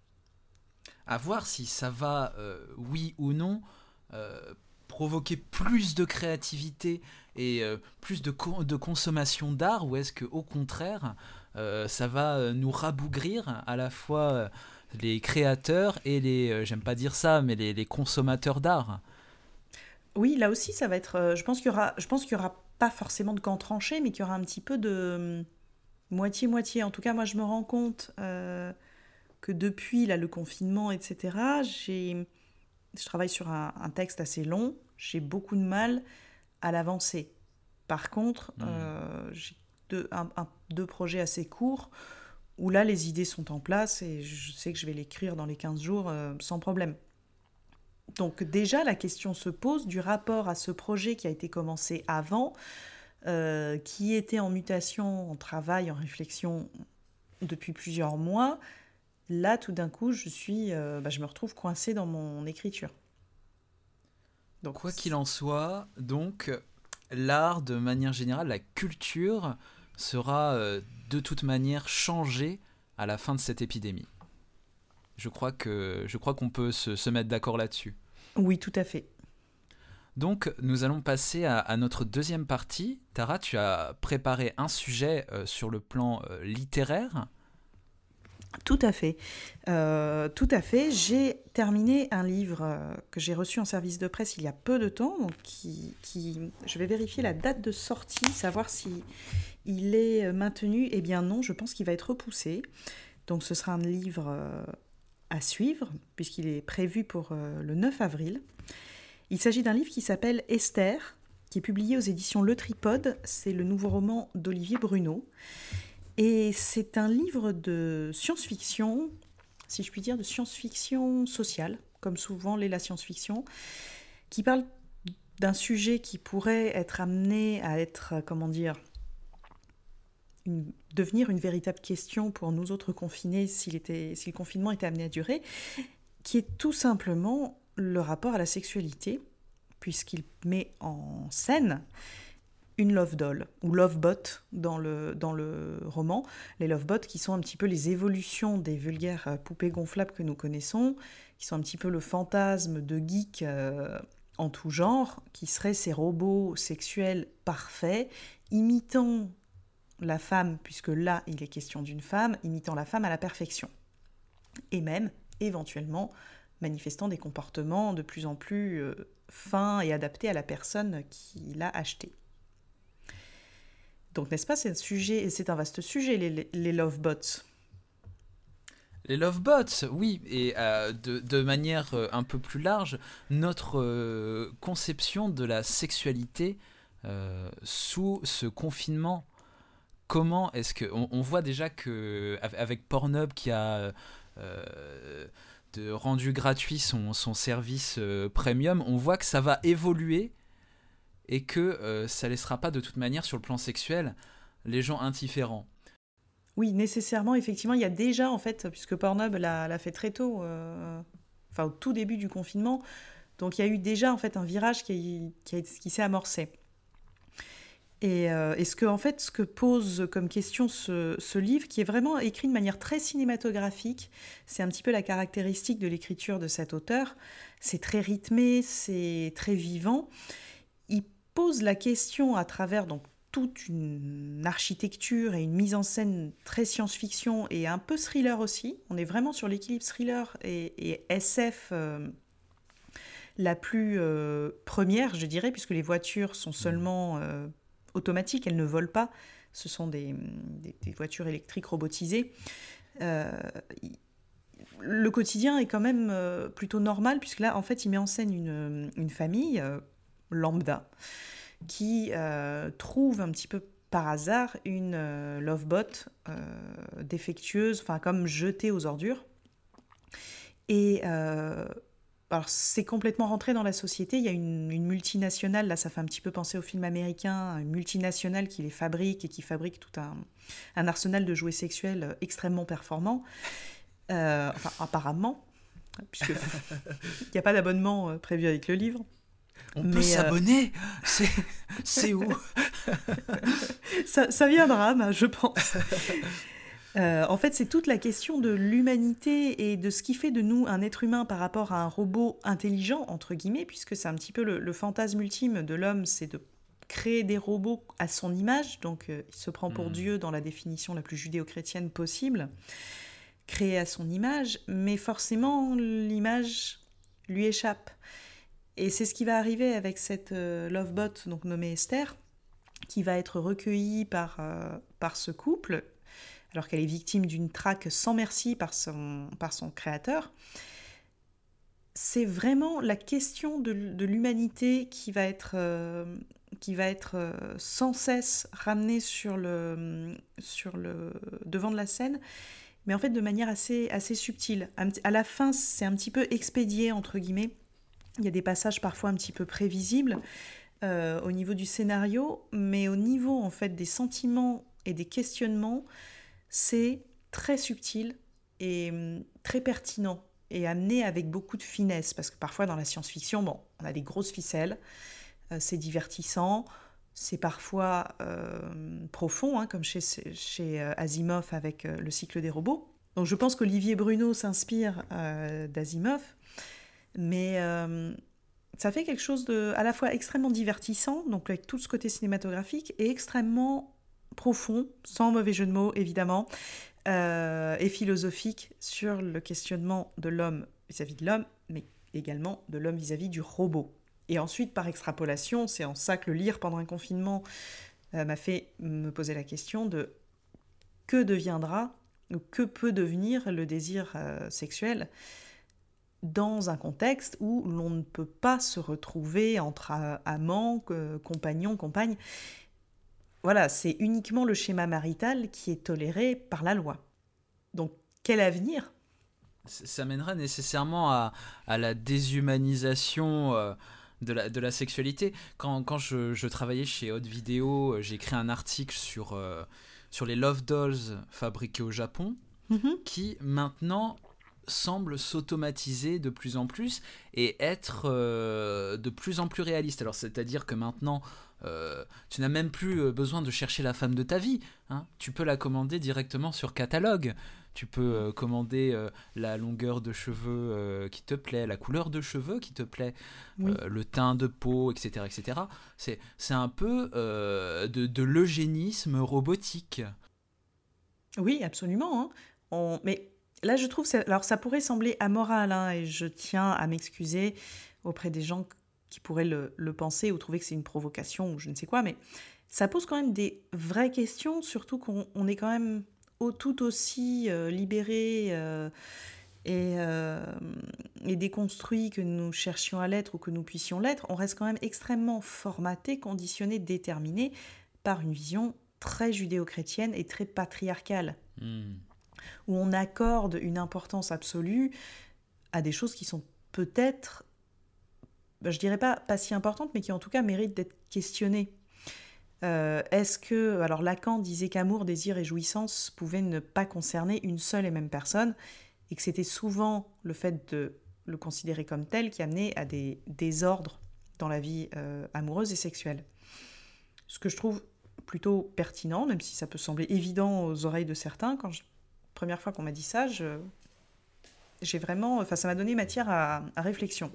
À voir si ça va, euh, oui ou non, euh, provoquer plus de créativité et euh, plus de, co- de consommation d'art, ou est-ce que au contraire, euh, ça va euh, nous rabougrir à la fois euh, les créateurs et les, euh, j'aime pas dire ça, mais les, les consommateurs d'art. Oui, là aussi ça va être, euh, je pense qu'il y aura, je pense qu'il y aura pas forcément de camp tranché, mais qu'il y aura un petit peu de hum, moitié-moitié. En tout cas, moi je me rends compte euh, que depuis là, le confinement, et cetera, j'ai, je travaille sur un, un texte assez long, j'ai beaucoup de mal à l'avancer. Par contre, Hmm. euh, j'ai deux, un- un- deux projets assez courts où là, les idées sont en place et je sais que je vais l'écrire dans les quinze jours euh, sans problème. Donc déjà, la question se pose du rapport à ce projet qui a été commencé avant, euh, qui était en mutation, en travail, en réflexion depuis plusieurs mois. Là, tout d'un coup, je suis, euh, bah, je me retrouve coincée dans mon écriture. Donc, Quoi qu'il en soit, donc, l'art, de manière générale, la culture, sera euh, de toute manière changée à la fin de cette épidémie. Je crois que je crois qu'on peut se, se mettre d'accord là-dessus. oui, tout à fait. Donc, nous allons passer à, à notre deuxième partie. Tara, tu as préparé un sujet euh, sur le plan euh, littéraire. Tout à fait. Euh, tout à fait. J'ai terminé un livre euh, que j'ai reçu en service de presse il y a peu de temps. Donc qui, qui, je vais vérifier la date de sortie, savoir si il est maintenu. Eh bien non, je pense qu'il va être repoussé. Donc ce sera un livre euh, à suivre, puisqu'il est prévu pour euh, le neuf avril. Il s'agit d'un livre qui s'appelle Esther, qui est publié aux éditions Le Tripode. C'est le nouveau roman d'Olivier Bruno. Et c'est un livre de science-fiction, si je puis dire, de science-fiction sociale, comme souvent l'est la science-fiction, qui parle d'un sujet qui pourrait être amené à être, comment dire, une, devenir une véritable question pour nous autres confinés s'il était, si le confinement était amené à durer, qui est tout simplement le rapport à la sexualité, puisqu'il met en scène une love doll ou love bot dans le, dans le roman. Les love bots qui sont un petit peu les évolutions des vulgaires poupées gonflables que nous connaissons, qui sont un petit peu le fantasme de geeks euh, en tout genre, qui seraient ces robots sexuels parfaits, imitant la femme, puisque là il est question d'une femme, imitant la femme à la perfection. Et même, éventuellement, manifestant des comportements de plus en plus euh, fins et adaptés à la personne qui l'a acheté. Donc, n'est-ce pas, c'est un sujet, c'est un vaste sujet, les, les lovebots. Les lovebots, oui, et euh, de, de manière euh, un peu plus large, notre euh, conception de la sexualité euh, sous ce confinement. Comment est-ce que on, on voit déjà que avec Pornhub qui a euh, de rendu gratuit son, son service euh, premium, on voit que ça va évoluer et que euh, ça laissera pas de toute manière sur le plan sexuel les gens indifférents. Oui, nécessairement, effectivement, il y a déjà, en fait, puisque Pornhub l'a, l'a fait très tôt, euh, enfin au tout début du confinement, donc il y a eu déjà, en fait, un virage qui, qui, a- qui s'est amorcé. Et, euh, et ce que, en fait, ce que pose comme question ce, ce livre, qui est vraiment écrit de manière très cinématographique, c'est un petit peu la caractéristique de l'écriture de cet auteur. C'est très rythmé, c'est très vivant. Il pose la question à travers donc toute une architecture et une mise en scène très science-fiction et un peu thriller aussi. On est vraiment sur l'équilibre thriller et, et S F euh, la plus euh, première, je dirais, puisque les voitures sont seulement euh, automatiques, elles ne volent pas. Ce sont des, des, des voitures électriques robotisées. Euh, le quotidien est quand même euh, plutôt normal, puisque là, en fait, il met en scène une, une famille euh, lambda qui euh, trouve un petit peu par hasard une euh, lovebot euh, défectueuse, enfin comme jetée aux ordures. Et euh, alors c'est complètement rentré dans la société. Il y a une, une multinationale, là ça fait un petit peu penser au film américain, une multinationale qui les fabrique et qui fabrique tout un, un arsenal de jouets sexuels extrêmement performants. Euh, enfin apparemment, puisqu'il n'y a pas d'abonnement euh, prévu avec le livre. On Mais peut s'abonner euh... c'est, c'est où ça, ça viendra, bah, je pense. Euh, en fait, c'est toute la question de l'humanité et de ce qui fait de nous un être humain par rapport à un robot intelligent, entre guillemets, puisque c'est un petit peu le, le fantasme ultime de l'homme, c'est de créer des robots à son image, donc euh, il se prend pour mmh. Dieu dans la définition la plus judéo-chrétienne possible, créé à son image, mais forcément l'image lui échappe. Et c'est ce qui va arriver avec cette euh, lovebot, donc nommée Esther, qui va être recueillie par, euh, par ce couple, alors qu'elle est victime d'une traque sans merci par son, par son créateur. C'est vraiment la question de, de l'humanité qui va être, euh, qui va être euh, sans cesse ramenée sur le, sur le devant de la scène, mais en fait de manière assez, assez subtile. À la fin, c'est un petit peu expédié, entre guillemets. Il y a des passages parfois un petit peu prévisibles euh, au niveau du scénario, mais au niveau en fait des sentiments et des questionnements, c'est très subtil et hum, très pertinent et amené avec beaucoup de finesse, parce que parfois dans la science-fiction, bon, on a des grosses ficelles, euh, c'est divertissant, c'est parfois euh, profond, hein, comme chez, chez euh, Asimov avec euh, le cycle des robots. Donc je pense qu'Olivier Bruno s'inspire euh, d'Asimov, mais euh, ça fait quelque chose de à la fois extrêmement divertissant, donc avec tout ce côté cinématographique, et extrêmement profond, sans mauvais jeu de mots évidemment, euh, et philosophique sur le questionnement de l'homme vis-à-vis de l'homme, mais également de l'homme vis-à-vis du robot. Et ensuite, par extrapolation, c'est en ça que le lire pendant un confinement euh, m'a fait me poser la question de que deviendra, ou que peut devenir le désir euh, sexuel dans un contexte où l'on ne peut pas se retrouver entre amants, compagnons, compagnes. Voilà, c'est uniquement le schéma marital qui est toléré par la loi. Donc, quel avenir ? Ça mènera nécessairement à, à la déshumanisation euh, de, la, de la sexualité. Quand, quand je, je travaillais chez Haute Vidéo, j'ai écrit un article sur, euh, sur les Love Dolls fabriquées au Japon, mm-hmm. qui maintenant semble s'automatiser de plus en plus et être euh, de plus en plus réaliste. Alors, c'est-à-dire que maintenant, euh, tu n'as même plus besoin de chercher la femme de ta vie, hein. Tu peux la commander directement sur catalogue. Tu peux euh, commander euh, la longueur de cheveux euh, qui te plaît, la couleur de cheveux qui te plaît, oui. euh, le teint de peau, et cetera, et cetera. C'est, c'est un peu euh, de, de l'eugénisme robotique. Oui, absolument. Hein. On... Mais là, je trouve, alors ça pourrait sembler amoral, hein, et je tiens à m'excuser auprès des gens qui pourraient le, le penser ou trouver que c'est une provocation ou je ne sais quoi, mais ça pose quand même des vraies questions, surtout qu'on on est quand même au, tout aussi euh, libéré euh, et, euh, et déconstruit que nous cherchions à l'être ou que nous puissions l'être. On reste quand même extrêmement formaté, conditionné, déterminé par une vision très judéo-chrétienne et très patriarcale. Mmh. Où on accorde une importance absolue à des choses qui sont peut-être, je dirais pas pas si importantes, mais qui en tout cas méritent d'être questionnées. Euh, est-ce que, alors Lacan disait qu'amour, désir et jouissance pouvaient ne pas concerner une seule et même personne, et que c'était souvent le fait de le considérer comme tel qui amenait à des désordres dans la vie euh, amoureuse et sexuelle. Ce que je trouve plutôt pertinent, même si ça peut sembler évident aux oreilles de certains. Quand je... Première fois qu'on m'a dit ça, je... j'ai vraiment... Enfin, ça m'a donné matière à, à réflexion.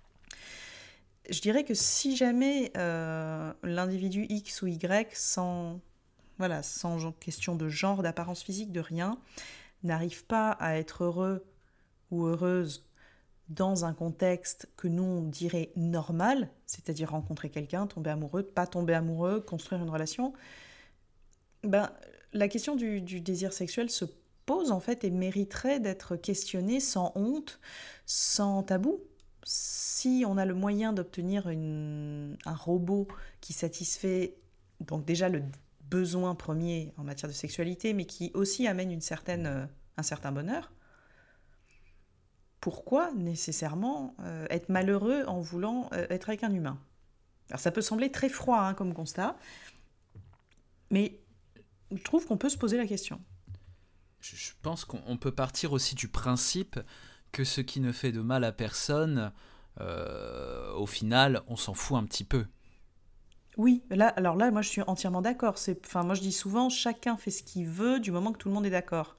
Je dirais que si jamais euh, l'individu X ou Y, sans, voilà, sans question de genre, d'apparence physique, de rien, n'arrive pas à être heureux ou heureuse dans un contexte que nous on dirait normal, c'est-à-dire rencontrer quelqu'un, tomber amoureux, pas tomber amoureux, construire une relation, ben, la question du, du désir sexuel se pose en fait et mériterait d'être questionnée sans honte, sans tabou. Si on a le moyen d'obtenir une, un robot qui satisfait donc déjà le besoin premier en matière de sexualité, mais qui aussi amène une certaine, un certain bonheur, pourquoi nécessairement euh, être malheureux en voulant euh, être avec un humain? Alors ça peut sembler très froid hein, comme constat, mais je trouve qu'on peut se poser la question. Je pense qu'on peut partir aussi du principe que ce qui ne fait de mal à personne, euh, au final, on s'en fout un petit peu. Oui, là, alors là, moi je suis entièrement d'accord. C'est, enfin, moi je dis souvent, chacun fait ce qu'il veut du moment que tout le monde est d'accord.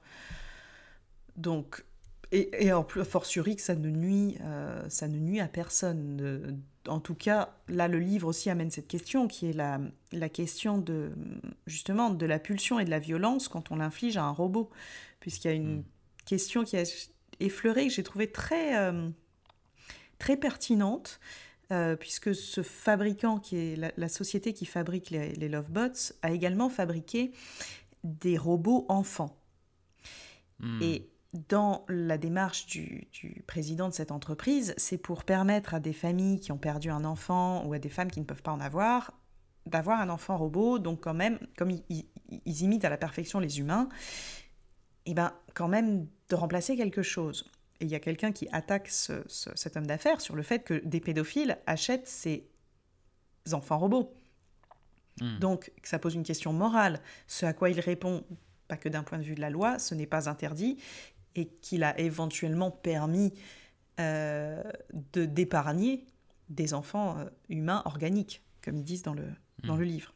Donc... Et, et en plus, fortiori que ça ne nuit, euh, ça ne nuit à personne. De, en tout cas, là, le livre aussi amène cette question, qui est la, la question de, justement, de la pulsion et de la violence quand on l'inflige à un robot. Puisqu'il y a une mmh. question qui a effleuré, que j'ai trouvée très, euh, très pertinente, euh, puisque ce fabricant, qui est la, la société qui fabrique les, les Lovebots, a également fabriqué des robots enfants. Mmh. Et dans la démarche du, du président de cette entreprise, c'est pour permettre à des familles qui ont perdu un enfant ou à des femmes qui ne peuvent pas en avoir, d'avoir un enfant robot, donc quand même, comme ils, ils, ils imitent à la perfection les humains, et ben quand même de remplacer quelque chose. Et il y a quelqu'un qui attaque ce, ce, cet homme d'affaires sur le fait que des pédophiles achètent ces enfants robots. Mmh. Donc ça pose une question morale, ce à quoi il répond, pas que d'un point de vue de la loi, ce n'est pas interdit, et qu'il a éventuellement permis euh, de, d'épargner des enfants euh, humains organiques, comme ils disent dans le, mmh. dans le livre.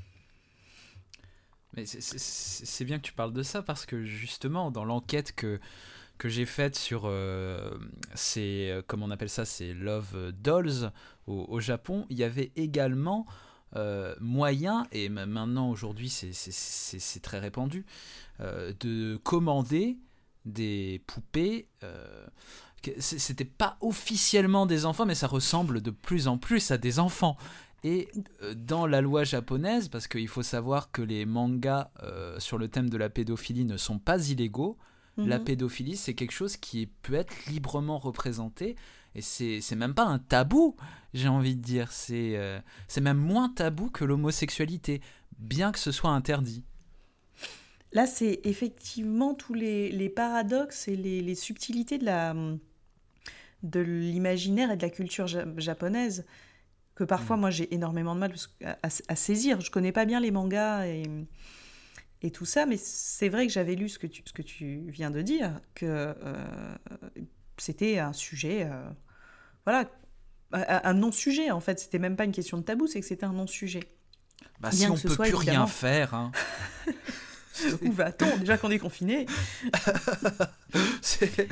Mais c'est, c'est, c'est bien que tu parles de ça, parce que justement, dans l'enquête que, que j'ai faite sur euh, ces, comment on appelle ça, ces Love Dolls au, au Japon, il y avait également euh, moyen, et maintenant aujourd'hui c'est, c'est, c'est, c'est très répandu, euh, de commander des poupées, euh, c'était pas officiellement des enfants, mais ça ressemble de plus en plus à des enfants. Et euh, dans la loi japonaise, parce qu'il faut savoir que les mangas euh, sur le thème de la pédophilie ne sont pas illégaux, mm-hmm. la pédophilie c'est quelque chose qui peut être librement représenté, et c'est, c'est même pas un tabou, j'ai envie de dire, c'est, euh, c'est même moins tabou que l'homosexualité, bien que ce soit interdit. Là, c'est effectivement tous les, les paradoxes et les, les subtilités de, la, de l'imaginaire et de la culture ja- japonaise que parfois, mmh. moi, j'ai énormément de mal à, à, à saisir. Je connais pas bien les mangas et, et tout ça, mais c'est vrai que j'avais lu ce que tu, ce que tu viens de dire, que euh, c'était un sujet, euh, voilà, un, un non-sujet, en fait. C'était même pas une question de tabou, c'est que c'était un non-sujet. Bah, bien si on ne peut soit, plus évidemment... rien faire, hein. Où va-t-on déjà qu'on est confiné? C'est...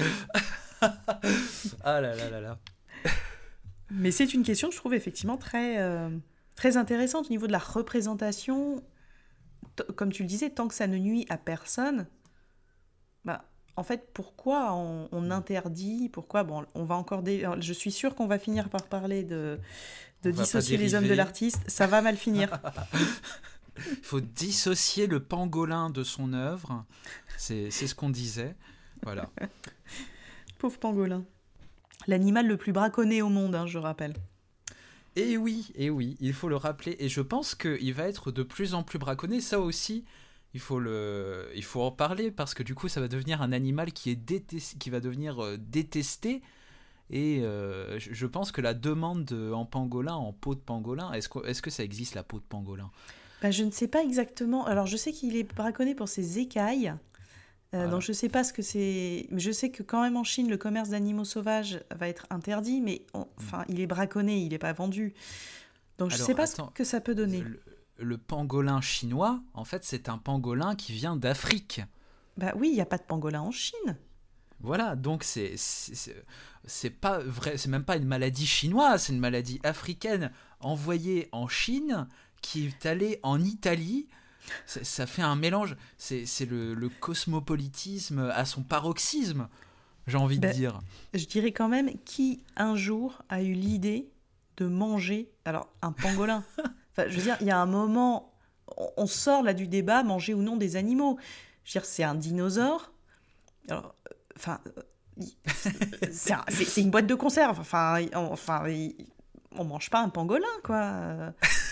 ah là là là là. Mais c'est une question que je trouve effectivement très, euh, très intéressante au niveau de la représentation. T- comme tu le disais, tant que ça ne nuit à personne, bah, en fait, pourquoi on, on interdit? Pourquoi bon, on va encore dé... Je suis sûre qu'on va finir par parler de, de dissocier les hommes de l'artiste. Ça va mal finir. Il faut dissocier le pangolin de son œuvre. C'est, c'est ce qu'on disait. Voilà. Pauvre pangolin. L'animal le plus braconné au monde, hein, je rappelle. Et oui, et oui, il faut le rappeler. Et je pense qu'il va être de plus en plus braconné. Ça aussi, il faut, le, il faut en parler, parce que du coup, ça va devenir un animal qui, est détesté, qui va devenir euh, détesté. Et euh, je pense que la demande de, en pangolin, en peau de pangolin, est-ce que, est-ce que ça existe, la peau de pangolin? Ben, je ne sais pas exactement. Alors, je sais qu'il est braconné pour ses écailles. Euh, voilà. Donc, je ne sais pas ce que c'est. Je sais que quand même en Chine, le commerce d'animaux sauvages va être interdit, mais on... enfin, il est braconné, il n'est pas vendu. Donc, je ne sais pas attends, ce que ça peut donner. Le, le pangolin chinois, en fait, c'est un pangolin qui vient d'Afrique. Bah oui, il n'y a pas de pangolin en Chine. Voilà, donc c'est, c'est, c'est, c'est pas vrai, c'est même pas une maladie chinoise, c'est une maladie africaine envoyée en Chine qui est allée en Italie. Ça, ça fait un mélange, c'est, c'est le, le cosmopolitisme à son paroxysme, j'ai envie Bah, de dire. je dirais quand même qui un jour a eu l'idée de manger alors un pangolin. Enfin, je veux dire, il y a un moment, on, on sort là du débat manger ou non des animaux. Je veux dire, c'est un dinosaure. Alors, euh, enfin, euh, il- c'est, un- c'est- c'est une boîte de conserve. Enfin, il- on, enfin, il- on mange pas un pangolin, quoi. Euh,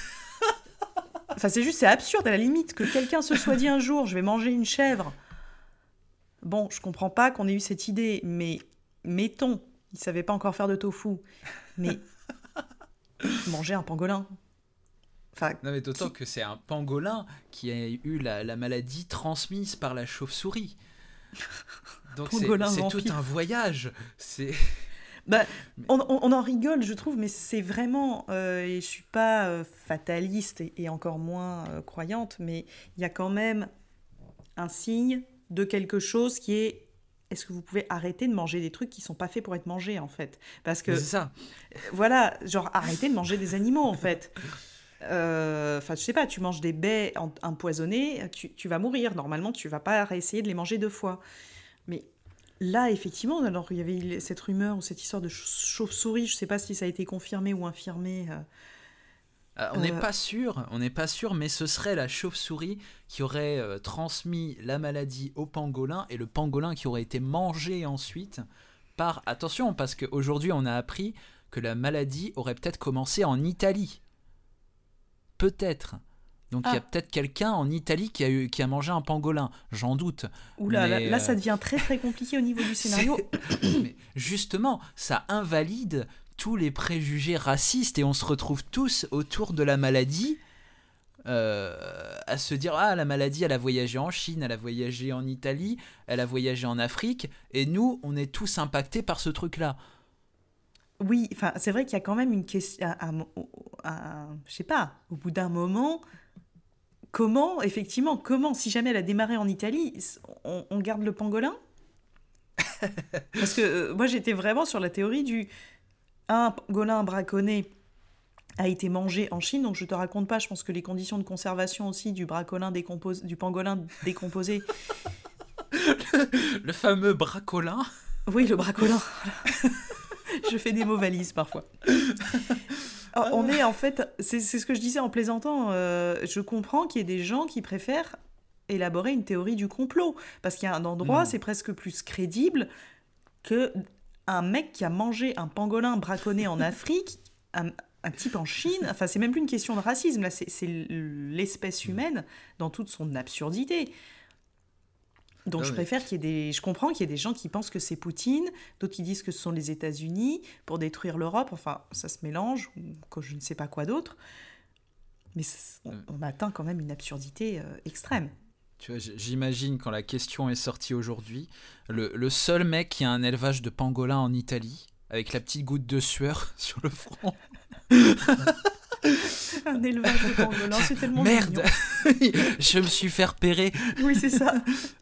Enfin, c'est juste, c'est absurde à la limite que quelqu'un se soit dit un jour, je vais manger une chèvre. Bon, je comprends pas qu'on ait eu cette idée, mais mettons, il savait pas encore faire de tofu, mais manger un pangolin. Enfin, Non mais d'autant qui... que c'est un pangolin qui a eu la, la maladie transmise par la chauve-souris. Donc c'est, Pangolin c'est tout vampire. un voyage. C'est... Bah, on, on- on en rigole, je trouve, mais c'est vraiment, euh, et je suis pas euh, fataliste et, et encore moins euh, croyante, mais il y a quand même un signe de quelque chose qui est, est-ce que vous pouvez arrêter de manger des trucs qui sont pas faits pour être mangés, en fait? Parce Mais que, c'est ça. voilà, genre, arrêtez de manger des animaux, en fait. Euh, Enfin, je sais pas, tu manges des baies en- empoisonnées, tu, tu vas mourir. Normalement, tu vas pas essayer de les manger deux fois. Mais là, effectivement, alors il y avait il- cette rumeur ou cette histoire de ch- chauve-souris, je sais pas si ça a été confirmé ou infirmé. euh, Euh, on n'est euh, pas sûr, on n'est pas sûr, mais ce serait la chauve-souris qui aurait euh, transmis la maladie au pangolin et le pangolin qui aurait été mangé ensuite par... Attention, parce qu'aujourd'hui on a appris que la maladie aurait peut-être commencé en Italie. Peut-être. Donc il y a Ah, peut-être quelqu'un en Italie qui a, eu, qui a mangé un pangolin, j'en doute. oula, là, Mais, là, ça euh, devient très très compliqué au niveau du c'est- scénario. mais justement, ça invalide tous les préjugés racistes et on se retrouve tous autour de la maladie euh, à se dire ah la maladie elle a voyagé en Chine, elle a voyagé en Italie, elle a voyagé en Afrique et nous on est tous impactés par ce truc là. Oui, enfin, c'est vrai qu'il y a quand même une question. Un, un- un- je sais pas, au bout d'un moment, comment, effectivement, comment, si jamais elle a démarré en Italie, on, on garde le pangolin? Parce que euh, moi, j'étais vraiment sur la théorie du un pangolin braconné a été mangé en Chine, donc je te raconte pas, je pense que les conditions de conservation aussi du bracolin décompos- du pangolin décomposé, Le fameux bracolin. oui, le bracolin, voilà. Je fais des mots valises parfois. Alors, on est en fait, c'est c'est ce que je disais en plaisantant, euh, je comprends qu'il y ait des gens qui préfèrent élaborer une théorie du complot, parce qu'il y a un endroit, Hmm. c'est presque plus crédible que un mec qui a mangé un pangolin braconné en Afrique, un, un type en Chine, enfin c'est même plus une question de racisme, là c'est c'est l'espèce humaine dans toute son absurdité. Donc Non, je mais préfère qu'il y ait des... Je comprends qu'il y ait des gens qui pensent que c'est Poutine, d'autres qui disent que ce sont les États-Unis pour détruire l'Europe, enfin ça se mélange, ou que je ne sais pas quoi d'autre, mais c'est- on, euh, on atteint quand même une absurdité euh, extrême. tu vois, j- j'imagine quand la question est sortie aujourd'hui, le, le seul mec qui a un élevage de pangolins en Italie, avec la petite goutte de sueur sur le front. Un élevage de pangolins, c'est tellement Merde, mignon. je me suis fait repérer. Oui, c'est ça.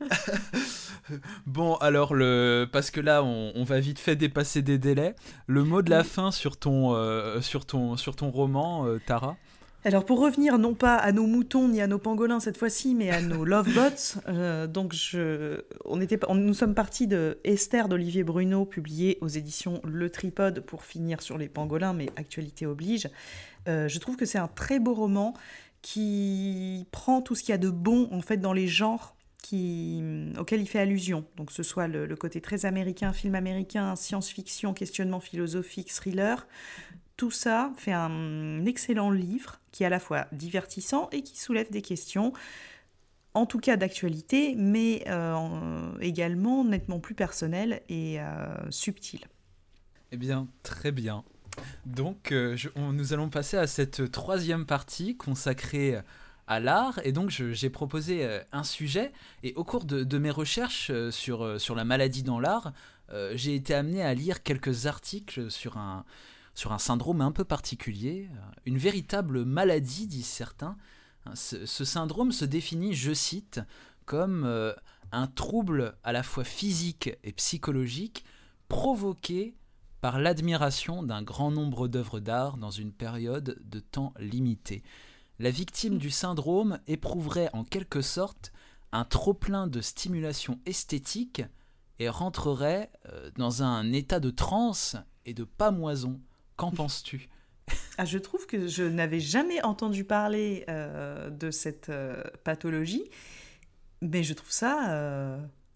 Bon, alors, le... parce que là, on, on va vite fait dépasser des délais. Le mot de la Oui. fin sur ton, euh, sur ton, sur ton roman, euh, Tara. Alors pour revenir non pas à nos moutons ni à nos pangolins cette fois-ci, mais à nos lovebots, euh, donc je, on était, on- nous sommes partis de Esther d'Olivier Bruno, publié aux éditions Le Tripode, pour finir sur les pangolins, mais actualité oblige. Euh, je trouve que c'est un très beau roman qui prend tout ce qu'il y a de bon en fait dans les genres qui, auxquels il fait allusion. Donc que ce soit le, le côté très américain, film américain, science-fiction, questionnement philosophique, thriller. Tout ça fait un excellent livre qui est à la fois divertissant et qui soulève des questions, en tout cas d'actualité, mais euh, en- également nettement plus personnelles et euh, subtiles. Eh bien, très bien. Donc, euh, je- on- nous allons passer à cette troisième partie consacrée à l'art. Et donc, je- j'ai proposé euh, un sujet. Et au cours de, de mes recherches euh, sur, euh, sur la maladie dans l'art, euh, j'ai été amené à lire quelques articles sur un, sur un syndrome un peu particulier, euh, une véritable maladie, disent certains, Hein, ce, ce syndrome se définit, je cite, comme euh, un trouble à la fois physique et psychologique provoqué par l'admiration d'un grand nombre d'œuvres d'art dans une période de temps limitée. La victime du syndrome éprouverait en quelque sorte un trop-plein de stimulation esthétique et rentrerait euh, dans un état de transe et de pâmoison. Qu'en penses-tu ? Ah, je trouve que je n'avais jamais entendu parler euh, de cette euh, pathologie, mais je trouve ça, euh,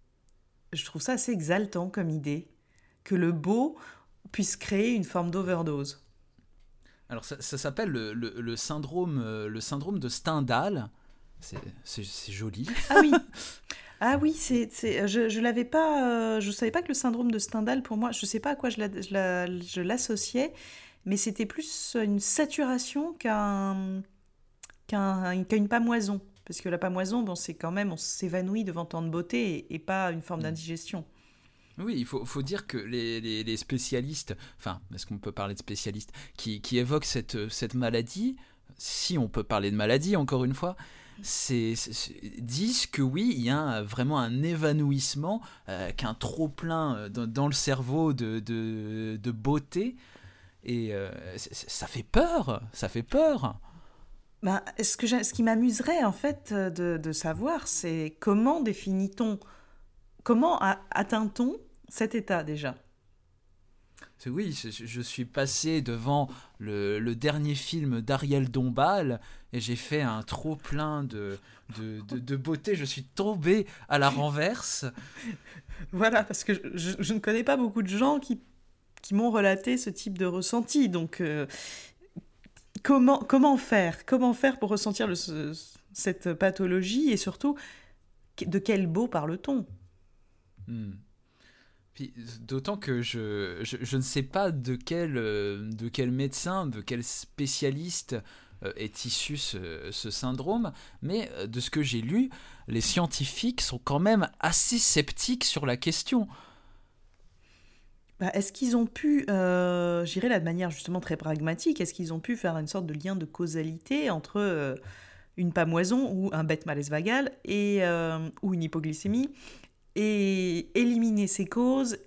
je trouve ça assez exaltant comme idée, que le beau puisse créer une forme d'overdose. Alors ça, ça s'appelle le, le, le, syndrome, euh, le syndrome de Stendhal. C'est, c'est, c'est joli. Ah oui, ah oui, c'est, c'est, je je l'avais pas, euh, je savais pas que le syndrome de Stendhal, pour moi, je sais pas à quoi je, la, je, la, je l'associais, mais c'était plus une saturation qu'un, qu'un, qu'une pamoison. Parce que la pamoison, bon, c'est quand même, on s'évanouit devant tant de beauté et, et pas une forme d'indigestion. Oui, il faut, faut dire que les, les, les spécialistes, enfin, est-ce qu'on peut parler de spécialistes, qui, qui évoquent cette, cette maladie, si on peut parler de maladie, encore une fois, c'est, c'est, disent que oui, il y a vraiment un évanouissement, euh, qu'un trop-plein dans, dans le cerveau de, de, de beauté, et euh, ça fait peur, ça fait peur. Ben, ce, que ce qui m'amuserait, en fait, de, de savoir, c'est comment définit-on, comment a, atteint-on cet état, déjà ? C'est, oui, je suis passé devant le, le dernier film d'Ariel Dombal et j'ai fait un trop plein de, de, de, de beauté. Je suis tombé à la renverse. Voilà, parce que je, je ne connais pas beaucoup de gens qui, qui m'ont relaté ce type de ressenti. Donc, euh, comment, comment faire ? Comment faire pour ressentir le, ce, cette pathologie et surtout, de quel beau parle-t-on ? hmm. Puis, d'autant que je, je, je ne sais pas de quel, de quel médecin, de quel spécialiste est issu ce, ce syndrome, mais de ce que j'ai lu, les scientifiques sont quand même assez sceptiques sur la question. Bah, est-ce qu'ils ont pu, euh, j'irais là de manière justement très pragmatique, est-ce qu'ils ont pu faire une sorte de lien de causalité entre euh, une pâmoison ou un bête malaise vagal et, euh, ou une hypoglycémie et éliminer ces causes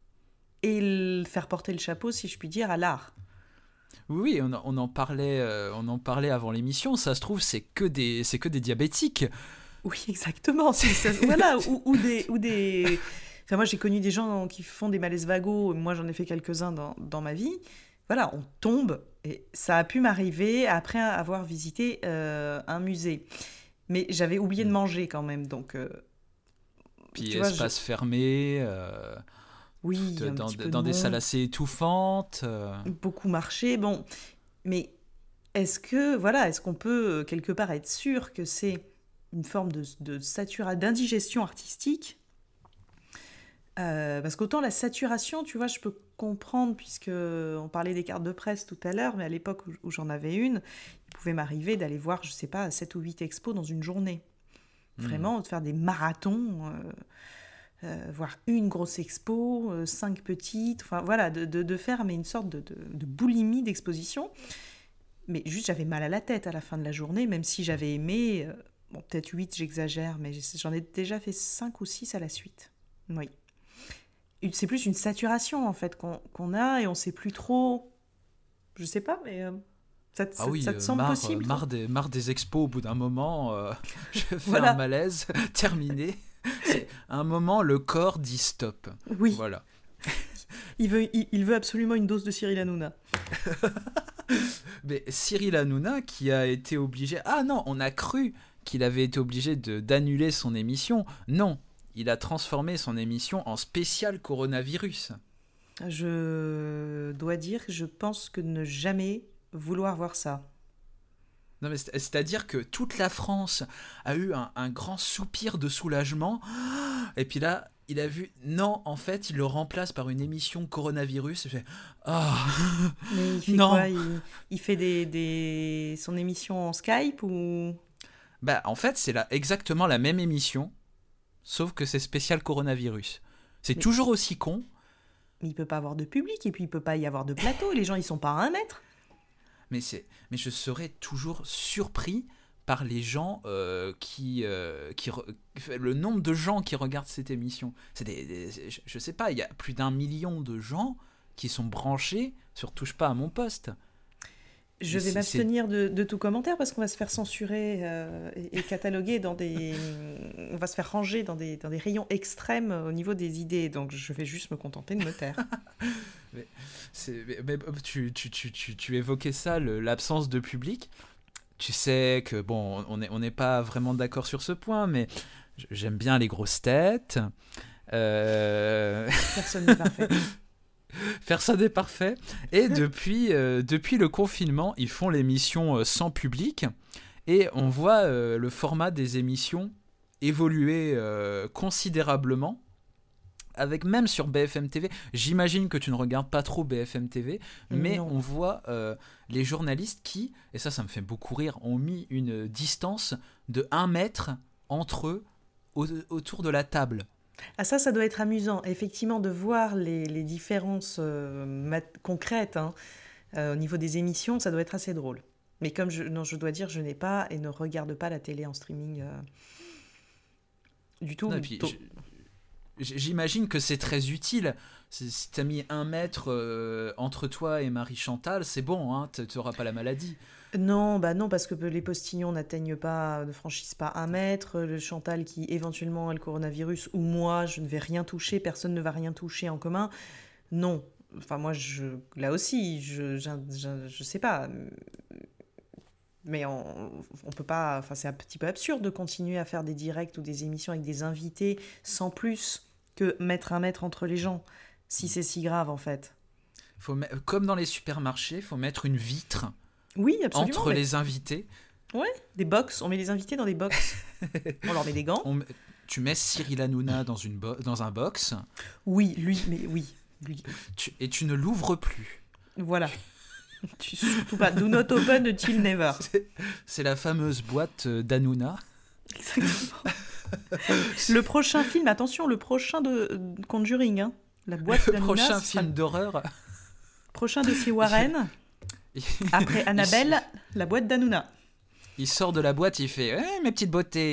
et faire porter le chapeau, si je puis dire, à l'art. Oui, on, on, en parlait, euh, on en parlait avant l'émission, ça se trouve, c'est que des, c'est que des diabétiques. Oui, exactement. C'est, ça, voilà, ou, ou des... Ou des... Enfin, moi, j'ai connu des gens qui font des malaises vagos, moi, j'en ai fait quelques-uns dans, dans ma vie. Voilà, on tombe, et ça a pu m'arriver après avoir visité euh, un musée. Mais j'avais oublié de manger quand même, donc... Euh, Puis espace je... fermé, euh, oui, de, un dans, petit peu dans de des monde. salles assez étouffantes. Euh... Beaucoup marché, bon. Mais est-ce que, voilà, est-ce qu'on peut quelque part être sûr que c'est une forme de, de saturation, d'indigestion artistique ? euh, Parce qu'autant la saturation, tu vois, je peux comprendre, puisque on parlait des cartes de presse tout à l'heure, mais à l'époque où, où j'en avais une, il pouvait m'arriver d'aller voir, je sais pas, sept ou huit expos dans une journée. Vraiment, mmh. de faire des marathons, euh, euh, voir une grosse expo, euh, cinq petites, enfin voilà, de, de, de faire mais une sorte de, de, de boulimie d'exposition. Mais juste, j'avais mal à la tête à la fin de la journée, même si j'avais aimé, euh, bon, peut-être huit, j'exagère, mais j'en ai déjà fait cinq ou six à la suite. Oui. C'est plus une saturation, en fait, qu'on, qu'on a, et on ne sait plus trop... Je sais pas, mais... Euh... Ça te, ah oui, ça te semble marre, possible marre des, marre des expos, au bout d'un moment, euh, je fais voilà. un malaise, terminé. C'est, à un moment, le corps dit stop. Oui. Voilà. il, veut, il, il veut absolument une dose de Cyril Hanouna. Mais Cyril Hanouna qui a été obligé... Ah non, on a cru qu'il avait été obligé de, d'annuler son émission. Non, il a transformé son émission en spécial coronavirus. Je dois dire que je pense que ne jamais... vouloir voir ça. Non mais c'est, c'est-à-dire que toute la France a eu un, un grand soupir de soulagement et puis là il a vu non en fait il le remplace par une émission coronavirus et fait oh, mais il fait non. quoi il, il fait des, des son émission en Skype ou bah en fait c'est la, exactement la même émission sauf que c'est spécial coronavirus. C'est mais... toujours aussi con. Mais il peut pas avoir de public et puis il peut pas y avoir de plateau, les gens ils sont pas à un mètre. Mais, c'est, mais je serais toujours surpris par les gens euh, qui, euh, qui re... le nombre de gens qui regardent cette émission. C'est des, des, je, je sais pas, il y a plus d'un million de gens qui sont branchés sur Touche pas à mon poste. Je vais m'abstenir de, de tout commentaire parce qu'on va se faire censurer euh, et, et cataloguer dans des... On va se faire ranger dans des, dans des rayons extrêmes au niveau des idées. Donc je vais juste me contenter de me taire. mais, c'est, mais, mais tu, tu, tu, tu, tu évoquais ça, le, l'absence de public. Tu sais que, bon, on n'est on n'est pas vraiment d'accord sur ce point, mais j'aime bien les grosses têtes. Euh... Personne n'est parfait. Personne n'est parfait. Et depuis, euh, depuis le confinement, ils font l'émission euh, sans public. Et on voit euh, le format des émissions évoluer euh, considérablement. Avec même sur B F M T V. J'imagine que tu ne regardes pas trop B F M T V. Mais non. On voit euh, les journalistes qui, et ça, ça me fait beaucoup rire, ont mis une distance de un mètre entre eux au, autour de la table. Ah ça, ça doit être amusant, effectivement, de voir les, les différences euh, mat- concrètes hein, euh, au niveau des émissions, ça doit être assez drôle. Mais comme je, non, je dois dire, je n'ai pas et ne regarde pas la télé en streaming euh, du tout. Non, puis, j'imagine que c'est très utile. Si tu as mis un mètre euh, entre toi et Marie-Chantal, c'est bon, hein, tu n'auras pas la maladie. Non, bah non, parce que les postillons n'atteignent pas, ne franchissent pas un mètre. Le Chantal qui éventuellement a le coronavirus, ou moi, je ne vais rien toucher, personne ne va rien toucher en commun. Non, enfin moi, je, là aussi, je, je, je, je sais pas. Mais on, on peut pas. Enfin, c'est un petit peu absurde de continuer à faire des directs ou des émissions avec des invités sans plus que mettre un mètre entre les gens, si c'est si grave en fait. Faut, comme dans les supermarchés, il faut mettre une vitre. Oui, absolument. Entre mais... les invités. Ouais, des box. On met les invités dans des box. On leur met des gants. On, tu mets Cyril Hanouna dans, une bo- dans un box. Oui, lui, mais oui. Lui. Tu, et tu ne l'ouvres plus. Voilà. tu, surtout pas. Do not open until never. C'est, c'est la fameuse boîte d'Hanouna. Exactement. Le prochain film, attention, le prochain de, de Conjuring. Hein. La boîte le d'Hanouna. Le prochain sera... film d'horreur. Prochain dossier Warren. Après Annabelle, la boîte d'Hanouna. Il sort de la boîte, il fait hey, « mes petites beautés !»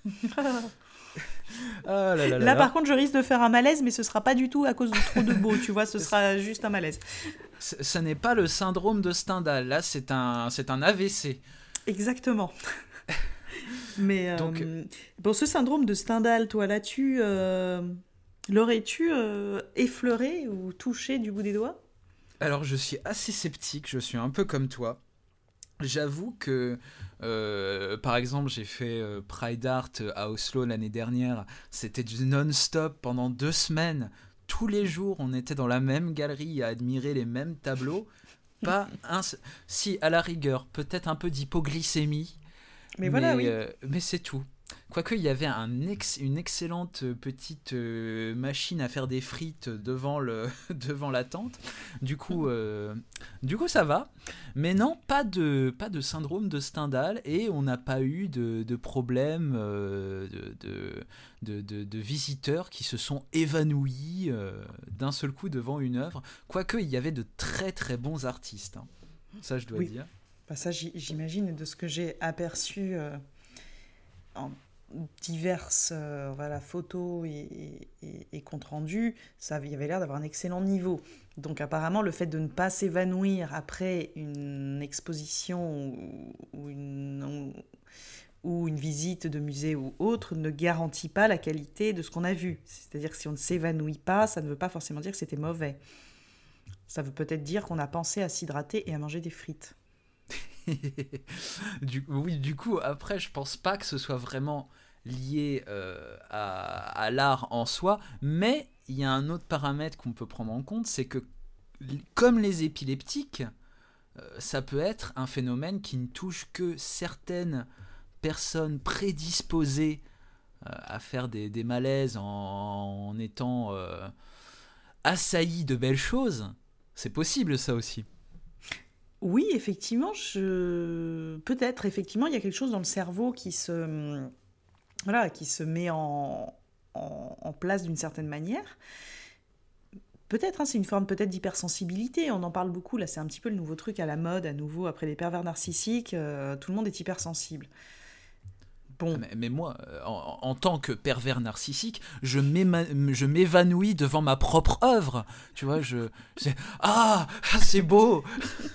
Oh là, là, là, là, par contre, je risque de faire un malaise, mais ce sera pas du tout à cause de trop de beau, tu vois, ce sera juste un malaise. Ce, ce n'est pas le syndrome de Stendhal, là, c'est un, c'est un A V C. Exactement. Mais Donc, euh, bon, ce syndrome de Stendhal, toi, là-tu, euh, l'aurais-tu euh, effleuré ou touché du bout des doigts ? Alors, je suis assez sceptique, je suis un peu comme toi. J'avoue que, euh, par exemple, j'ai fait euh, Pride Art à Oslo l'année dernière. C'était du non-stop pendant deux semaines. Tous les jours, on était dans la même galerie à admirer les mêmes tableaux. Pas un... Si, à la rigueur, peut-être un peu d'hypoglycémie. Mais, mais voilà, oui. Euh, mais c'est tout. Quoique, il y avait un ex, une excellente petite euh, machine à faire des frites devant, le, devant la tente. Du coup, euh, du coup, ça va. Mais non, pas de, pas de syndrome de Stendhal et on n'a pas eu de, de problème euh, de, de, de, de, de visiteurs qui se sont évanouis euh, d'un seul coup devant une œuvre. Quoique, il y avait de très très bons artistes. Hein. Ça, je dois oui. dire. Bah ça, j'imagine, de ce que j'ai aperçu euh, en diverses euh, voilà, photos et, et, et comptes rendus, ça il y avait l'air d'avoir un excellent niveau. Donc apparemment, le fait de ne pas s'évanouir après une exposition ou, ou, une, ou une visite de musée ou autre ne garantit pas la qualité de ce qu'on a vu. C'est-à-dire que si on ne s'évanouit pas, ça ne veut pas forcément dire que c'était mauvais. Ça veut peut-être dire qu'on a pensé à s'hydrater et à manger des frites. du, oui, du coup, après, je pense pas que ce soit vraiment lié euh, à, à l'art en soi, mais il y a un autre paramètre qu'on peut prendre en compte, c'est que comme les épileptiques, euh, ça peut être un phénomène qui ne touche que certaines personnes prédisposées euh, à faire des, des malaises en, en étant euh, assaillies de belles choses. C'est possible, ça aussi. Oui, effectivement, je... peut-être, effectivement, il y a quelque chose dans le cerveau qui se, voilà, qui se met en, en, en place d'une certaine manière. peut-être, hein, c'est une forme peut-être d'hypersensibilité. On en parle beaucoup, là, c'est un petit peu le nouveau truc à la mode, à nouveau, après les pervers narcissiques, euh, tout le monde est hypersensible. Bon. Mais, mais moi, en, en tant que pervers narcissique, je, je m'évanouis devant ma propre œuvre. Tu vois, je... C'est, ah, c'est beau.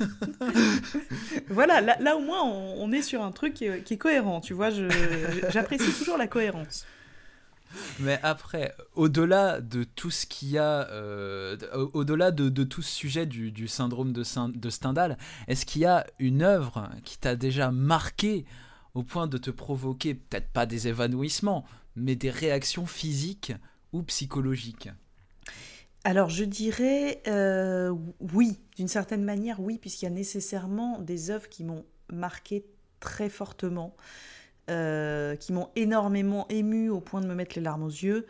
Voilà, là, là au moins, on, on est sur un truc qui est, qui est cohérent. Tu vois, je, j'apprécie toujours la cohérence. Mais après, au-delà de tout ce qu'il y a, euh, au-delà de, de tout ce sujet du, du syndrome de, de Stendhal, est-ce qu'il y a une œuvre qui t'a déjà marqué au point de te provoquer, peut-être pas des évanouissements, mais des réactions physiques ou psychologiques? Alors je dirais euh, oui, d'une certaine manière oui, puisqu'il y a nécessairement des œuvres qui m'ont marqué très fortement. Euh, qui m'ont énormément émue au point de me mettre les larmes aux yeux,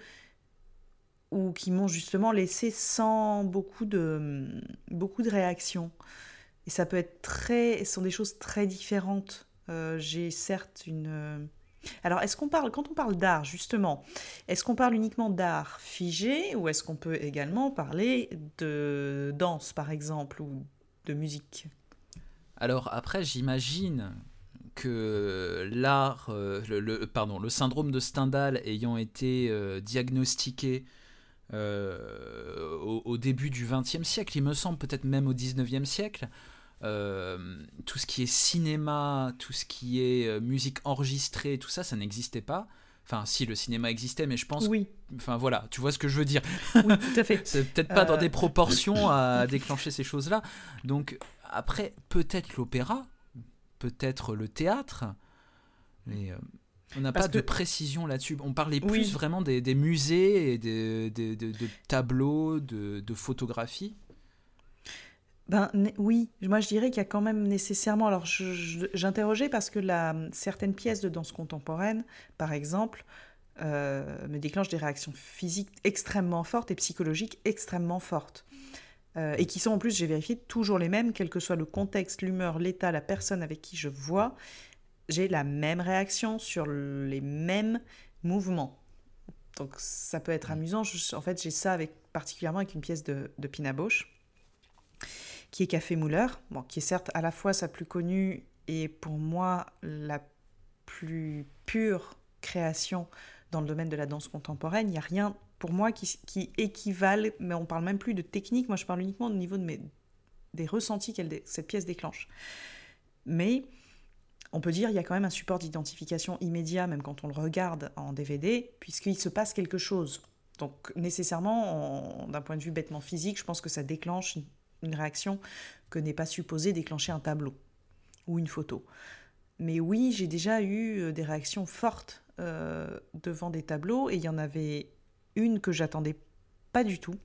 ou qui m'ont justement laissé sans beaucoup de, beaucoup de réactions. Et ça peut être très... Ce sont des choses très différentes. Euh, j'ai certes une... Alors, est-ce qu'on parle, quand on parle d'art, justement, est-ce qu'on parle uniquement d'art figé, ou est-ce qu'on peut également parler de danse, par exemple, ou de musique ? Alors après, j'imagine que l'art, euh, le, le, pardon, le syndrome de Stendhal ayant été euh, diagnostiqué euh, au, au début du vingtième siècle, il me semble, peut-être même au dix-neuvième siècle, euh, tout ce qui est cinéma, tout ce qui est euh, musique enregistrée, tout ça, ça n'existait pas. Enfin, si, le cinéma existait, mais je pense... Oui. Enfin, voilà, tu vois ce que je veux dire. Oui, tout à fait. C'est peut-être pas euh... dans des proportions à déclencher ces choses-là. Donc, après, peut-être l'opéra, peut-être le théâtre, mais euh, on n'a pas que... de précision là-dessus. On parlait plus oui. vraiment des, des musées et des, des, des, de tableaux, de, de photographies. Ben oui, moi je dirais qu'il y a quand même nécessairement... Alors je, je, j'interrogeais parce que la, certaines pièces de danse contemporaine, par exemple, euh, me déclenchent des réactions physiques extrêmement fortes et psychologiques extrêmement fortes. Euh, et qui sont en plus, j'ai vérifié, toujours les mêmes, quel que soit le contexte, l'humeur, l'état, la personne avec qui je vois, j'ai la même réaction sur les mêmes mouvements. Donc ça peut être amusant. Je, en fait, j'ai ça avec, particulièrement avec une pièce de, de Pina Bausch, qui est Café Mouleur, bon, qui est certes à la fois sa plus connue et pour moi la plus pure création dans le domaine de la danse contemporaine. Il n'y a rien pour moi qui, qui équivale, mais on ne parle même plus de technique, moi je parle uniquement au niveau de mes, des ressentis que cette pièce déclenche. Mais on peut dire qu'il y a quand même un support d'identification immédiat, même quand on le regarde en D V D, puisqu'il se passe quelque chose. Donc nécessairement, on, d'un point de vue bêtement physique, je pense que ça déclenche une, une réaction que n'est pas supposée déclencher un tableau ou une photo. Mais oui, j'ai déjà eu des réactions fortes euh, devant des tableaux, et il y en avait une que j'attendais pas du tout,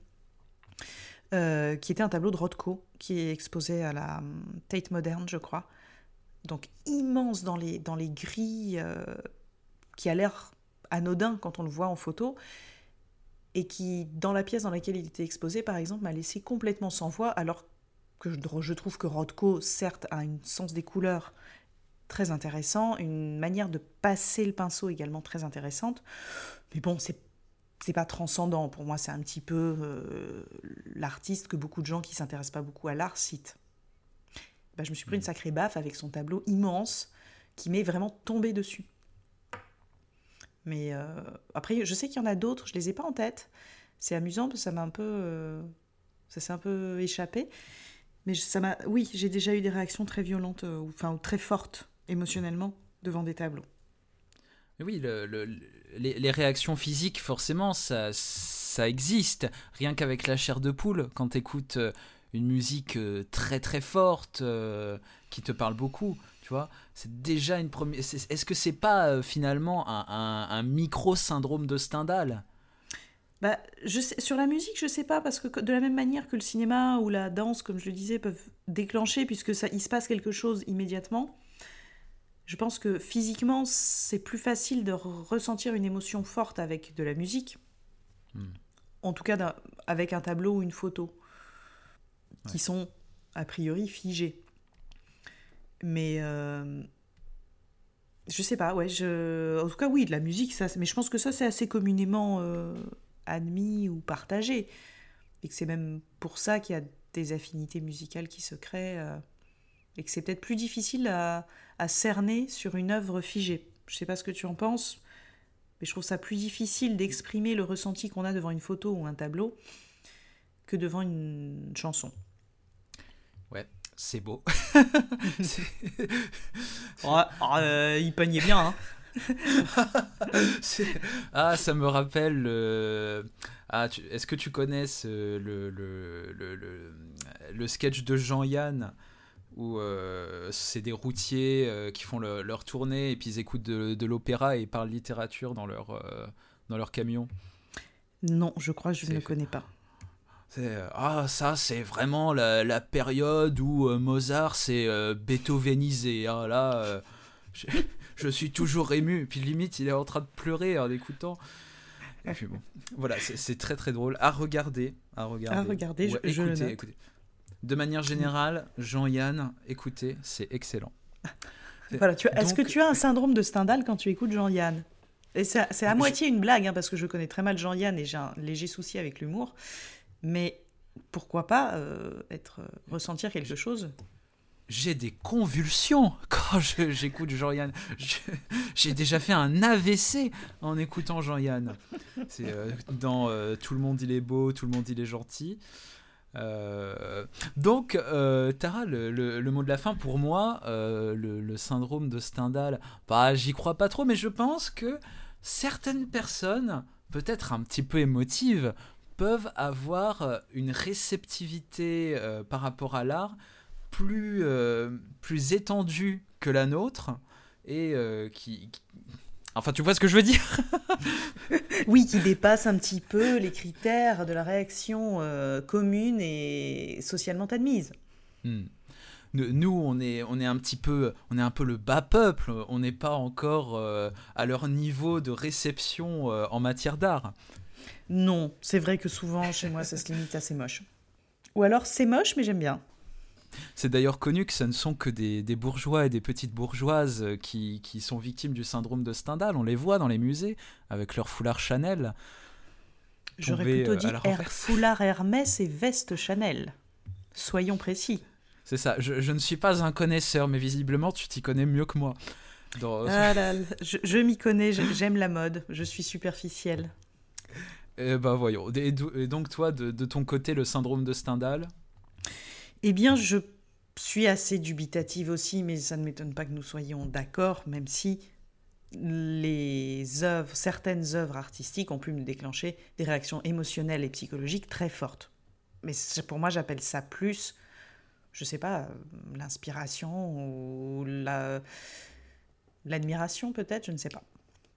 euh, qui était un tableau de Rothko, qui est exposé à la Tate Moderne, je crois. Donc immense dans les, dans les grilles, euh, qui a l'air anodin quand on le voit en photo, et qui, dans la pièce dans laquelle il était exposé, par exemple, m'a laissé complètement sans voix, alors que je, je trouve que Rothko, certes, a un sens des couleurs très intéressant, une manière de passer le pinceau également très intéressante, mais bon, c'est c'est pas transcendant. Pour moi, c'est un petit peu euh, l'artiste que beaucoup de gens qui ne s'intéressent pas beaucoup à l'art citent. Ben, je me suis pris une sacrée baffe avec son tableau immense qui m'est vraiment tombé dessus. Mais euh, après, je sais qu'il y en a d'autres, je ne les ai pas en tête. C'est amusant parce que ça m'a un peu... Euh, ça s'est un peu échappé. Mais ça m'a... Oui, j'ai déjà eu des réactions très violentes, euh, enfin très fortes émotionnellement devant des tableaux. Oui, le, le, les, les réactions physiques, forcément, ça, ça existe. Rien qu'avec la chair de poule, quand tu écoutes une musique très très forte, euh, qui te parle beaucoup, tu vois, c'est déjà une première... C'est, est-ce que c'est pas euh, finalement un, un, un micro-syndrome de Stendhal ? Bah, je sais, sur la musique, je sais pas, parce que de la même manière que le cinéma ou la danse, comme je le disais, peuvent déclencher, puisque ça, il se passe quelque chose immédiatement, je pense que physiquement, c'est plus facile de ressentir une émotion forte avec de la musique, mmh. en tout cas avec un tableau ou une photo, ouais. qui sont a priori figés. Mais euh, je sais pas, ouais, je... en tout cas oui, de la musique, ça, mais je pense que ça c'est assez communément euh, admis ou partagé. et que c'est même pour ça qu'il y a des affinités musicales qui se créent, euh, et que c'est peut-être plus difficile à, à cerner sur une œuvre figée. Je sais pas ce que tu en penses, mais je trouve ça plus difficile d'exprimer le ressenti qu'on a devant une photo ou un tableau que devant une chanson. Ouais, c'est beau. c'est... Oh, euh, il peignait bien, hein. c'est... Ah, ça me rappelle... Euh... Ah, tu... Est-ce que tu connais ce... le, le, le, le, le sketch de Jean-Yann où euh, c'est des routiers euh, qui font le, leur tournée et puis ils écoutent de, de l'opéra et ils parlent littérature dans leur, euh, dans leur camion? Non, je crois que je c'est... ne connais pas. C'est, ah, ça, c'est vraiment la, la période où euh, Mozart s'est euh, beethovenisé. Ah, là, euh, je, je suis toujours ému. Et puis limite, il est en train de pleurer en écoutant. Et puis bon, voilà, c'est, c'est très très drôle à regarder. À regarder, à regarder ouais, je, je écoutez, le note. écoutez. De manière générale, Jean-Yann, écoutez, c'est excellent. C'est... Voilà, tu, est-ce Donc... que tu as un syndrome de Stendhal quand tu écoutes Jean-Yann? Et c'est, c'est à je... moitié une blague, hein, parce que je connais très mal Jean-Yann et j'ai un léger souci avec l'humour. Mais pourquoi pas euh, être, euh, ressentir quelque chose? J'ai des convulsions quand je, j'écoute Jean-Yann. Je, j'ai déjà fait un A V C en écoutant Jean-Yann. C'est, euh, dans euh, Tout le monde il est beau, tout le monde il est gentil. Euh, donc, euh, Tara, le, le, le mot de la fin, pour moi, euh, le, le syndrome de Stendhal, bah, j'y crois pas trop, mais je pense que certaines personnes, peut-être un petit peu émotives, peuvent avoir une réceptivité euh, par rapport à l'art plus, euh, plus étendue que la nôtre et euh, qui, qui... Enfin, tu vois ce que je veux dire? Oui, qui dépasse un petit peu les critères de la réaction euh, commune et socialement admise. Hmm. Nous, on est, on est un petit peu, on est un peu le bas peuple. On n'est pas encore euh, à leur niveau de réception euh, en matière d'art. Non, c'est vrai que souvent, chez moi, ça se limite à c'est moche. Ou alors, c'est moche, mais j'aime bien. C'est d'ailleurs connu que ce ne sont que des, des bourgeois et des petites bourgeoises qui, qui sont victimes du syndrome de Stendhal. On les voit dans les musées avec leur foulard Chanel. J'aurais plutôt dit Her- foulard Hermès et veste Chanel. Soyons précis. C'est ça. Je, je ne suis pas un connaisseur, mais visiblement, tu t'y connais mieux que moi. Dans... Ah là, je, je m'y connais, j'aime la mode. Je suis superficielle. Eh ben voyons. Et, et donc toi, de, de ton côté, le syndrome de Stendhal? Eh bien, je suis assez dubitative aussi, mais ça ne m'étonne pas que nous soyons d'accord, même si les œuvres, certaines œuvres artistiques ont pu me déclencher des réactions émotionnelles et psychologiques très fortes. Mais pour moi, j'appelle ça plus, je sais pas, l'inspiration ou la, l'admiration peut-être, je ne sais pas.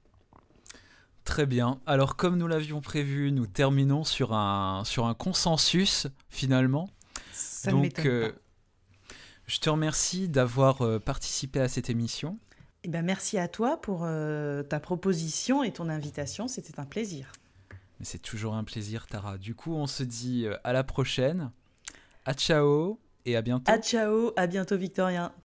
Très bien. Alors, comme nous l'avions prévu, nous terminons sur un, sur un consensus, finalement. Ça Donc, ne m'étonne euh, pas. Je te remercie d'avoir euh, participé à cette émission. Eh ben, merci à toi pour euh, ta proposition et ton invitation. C'était un plaisir. Mais c'est toujours un plaisir, Tara. Du coup, on se dit euh, à la prochaine. À ciao et à bientôt. À ciao, à bientôt, Victorien.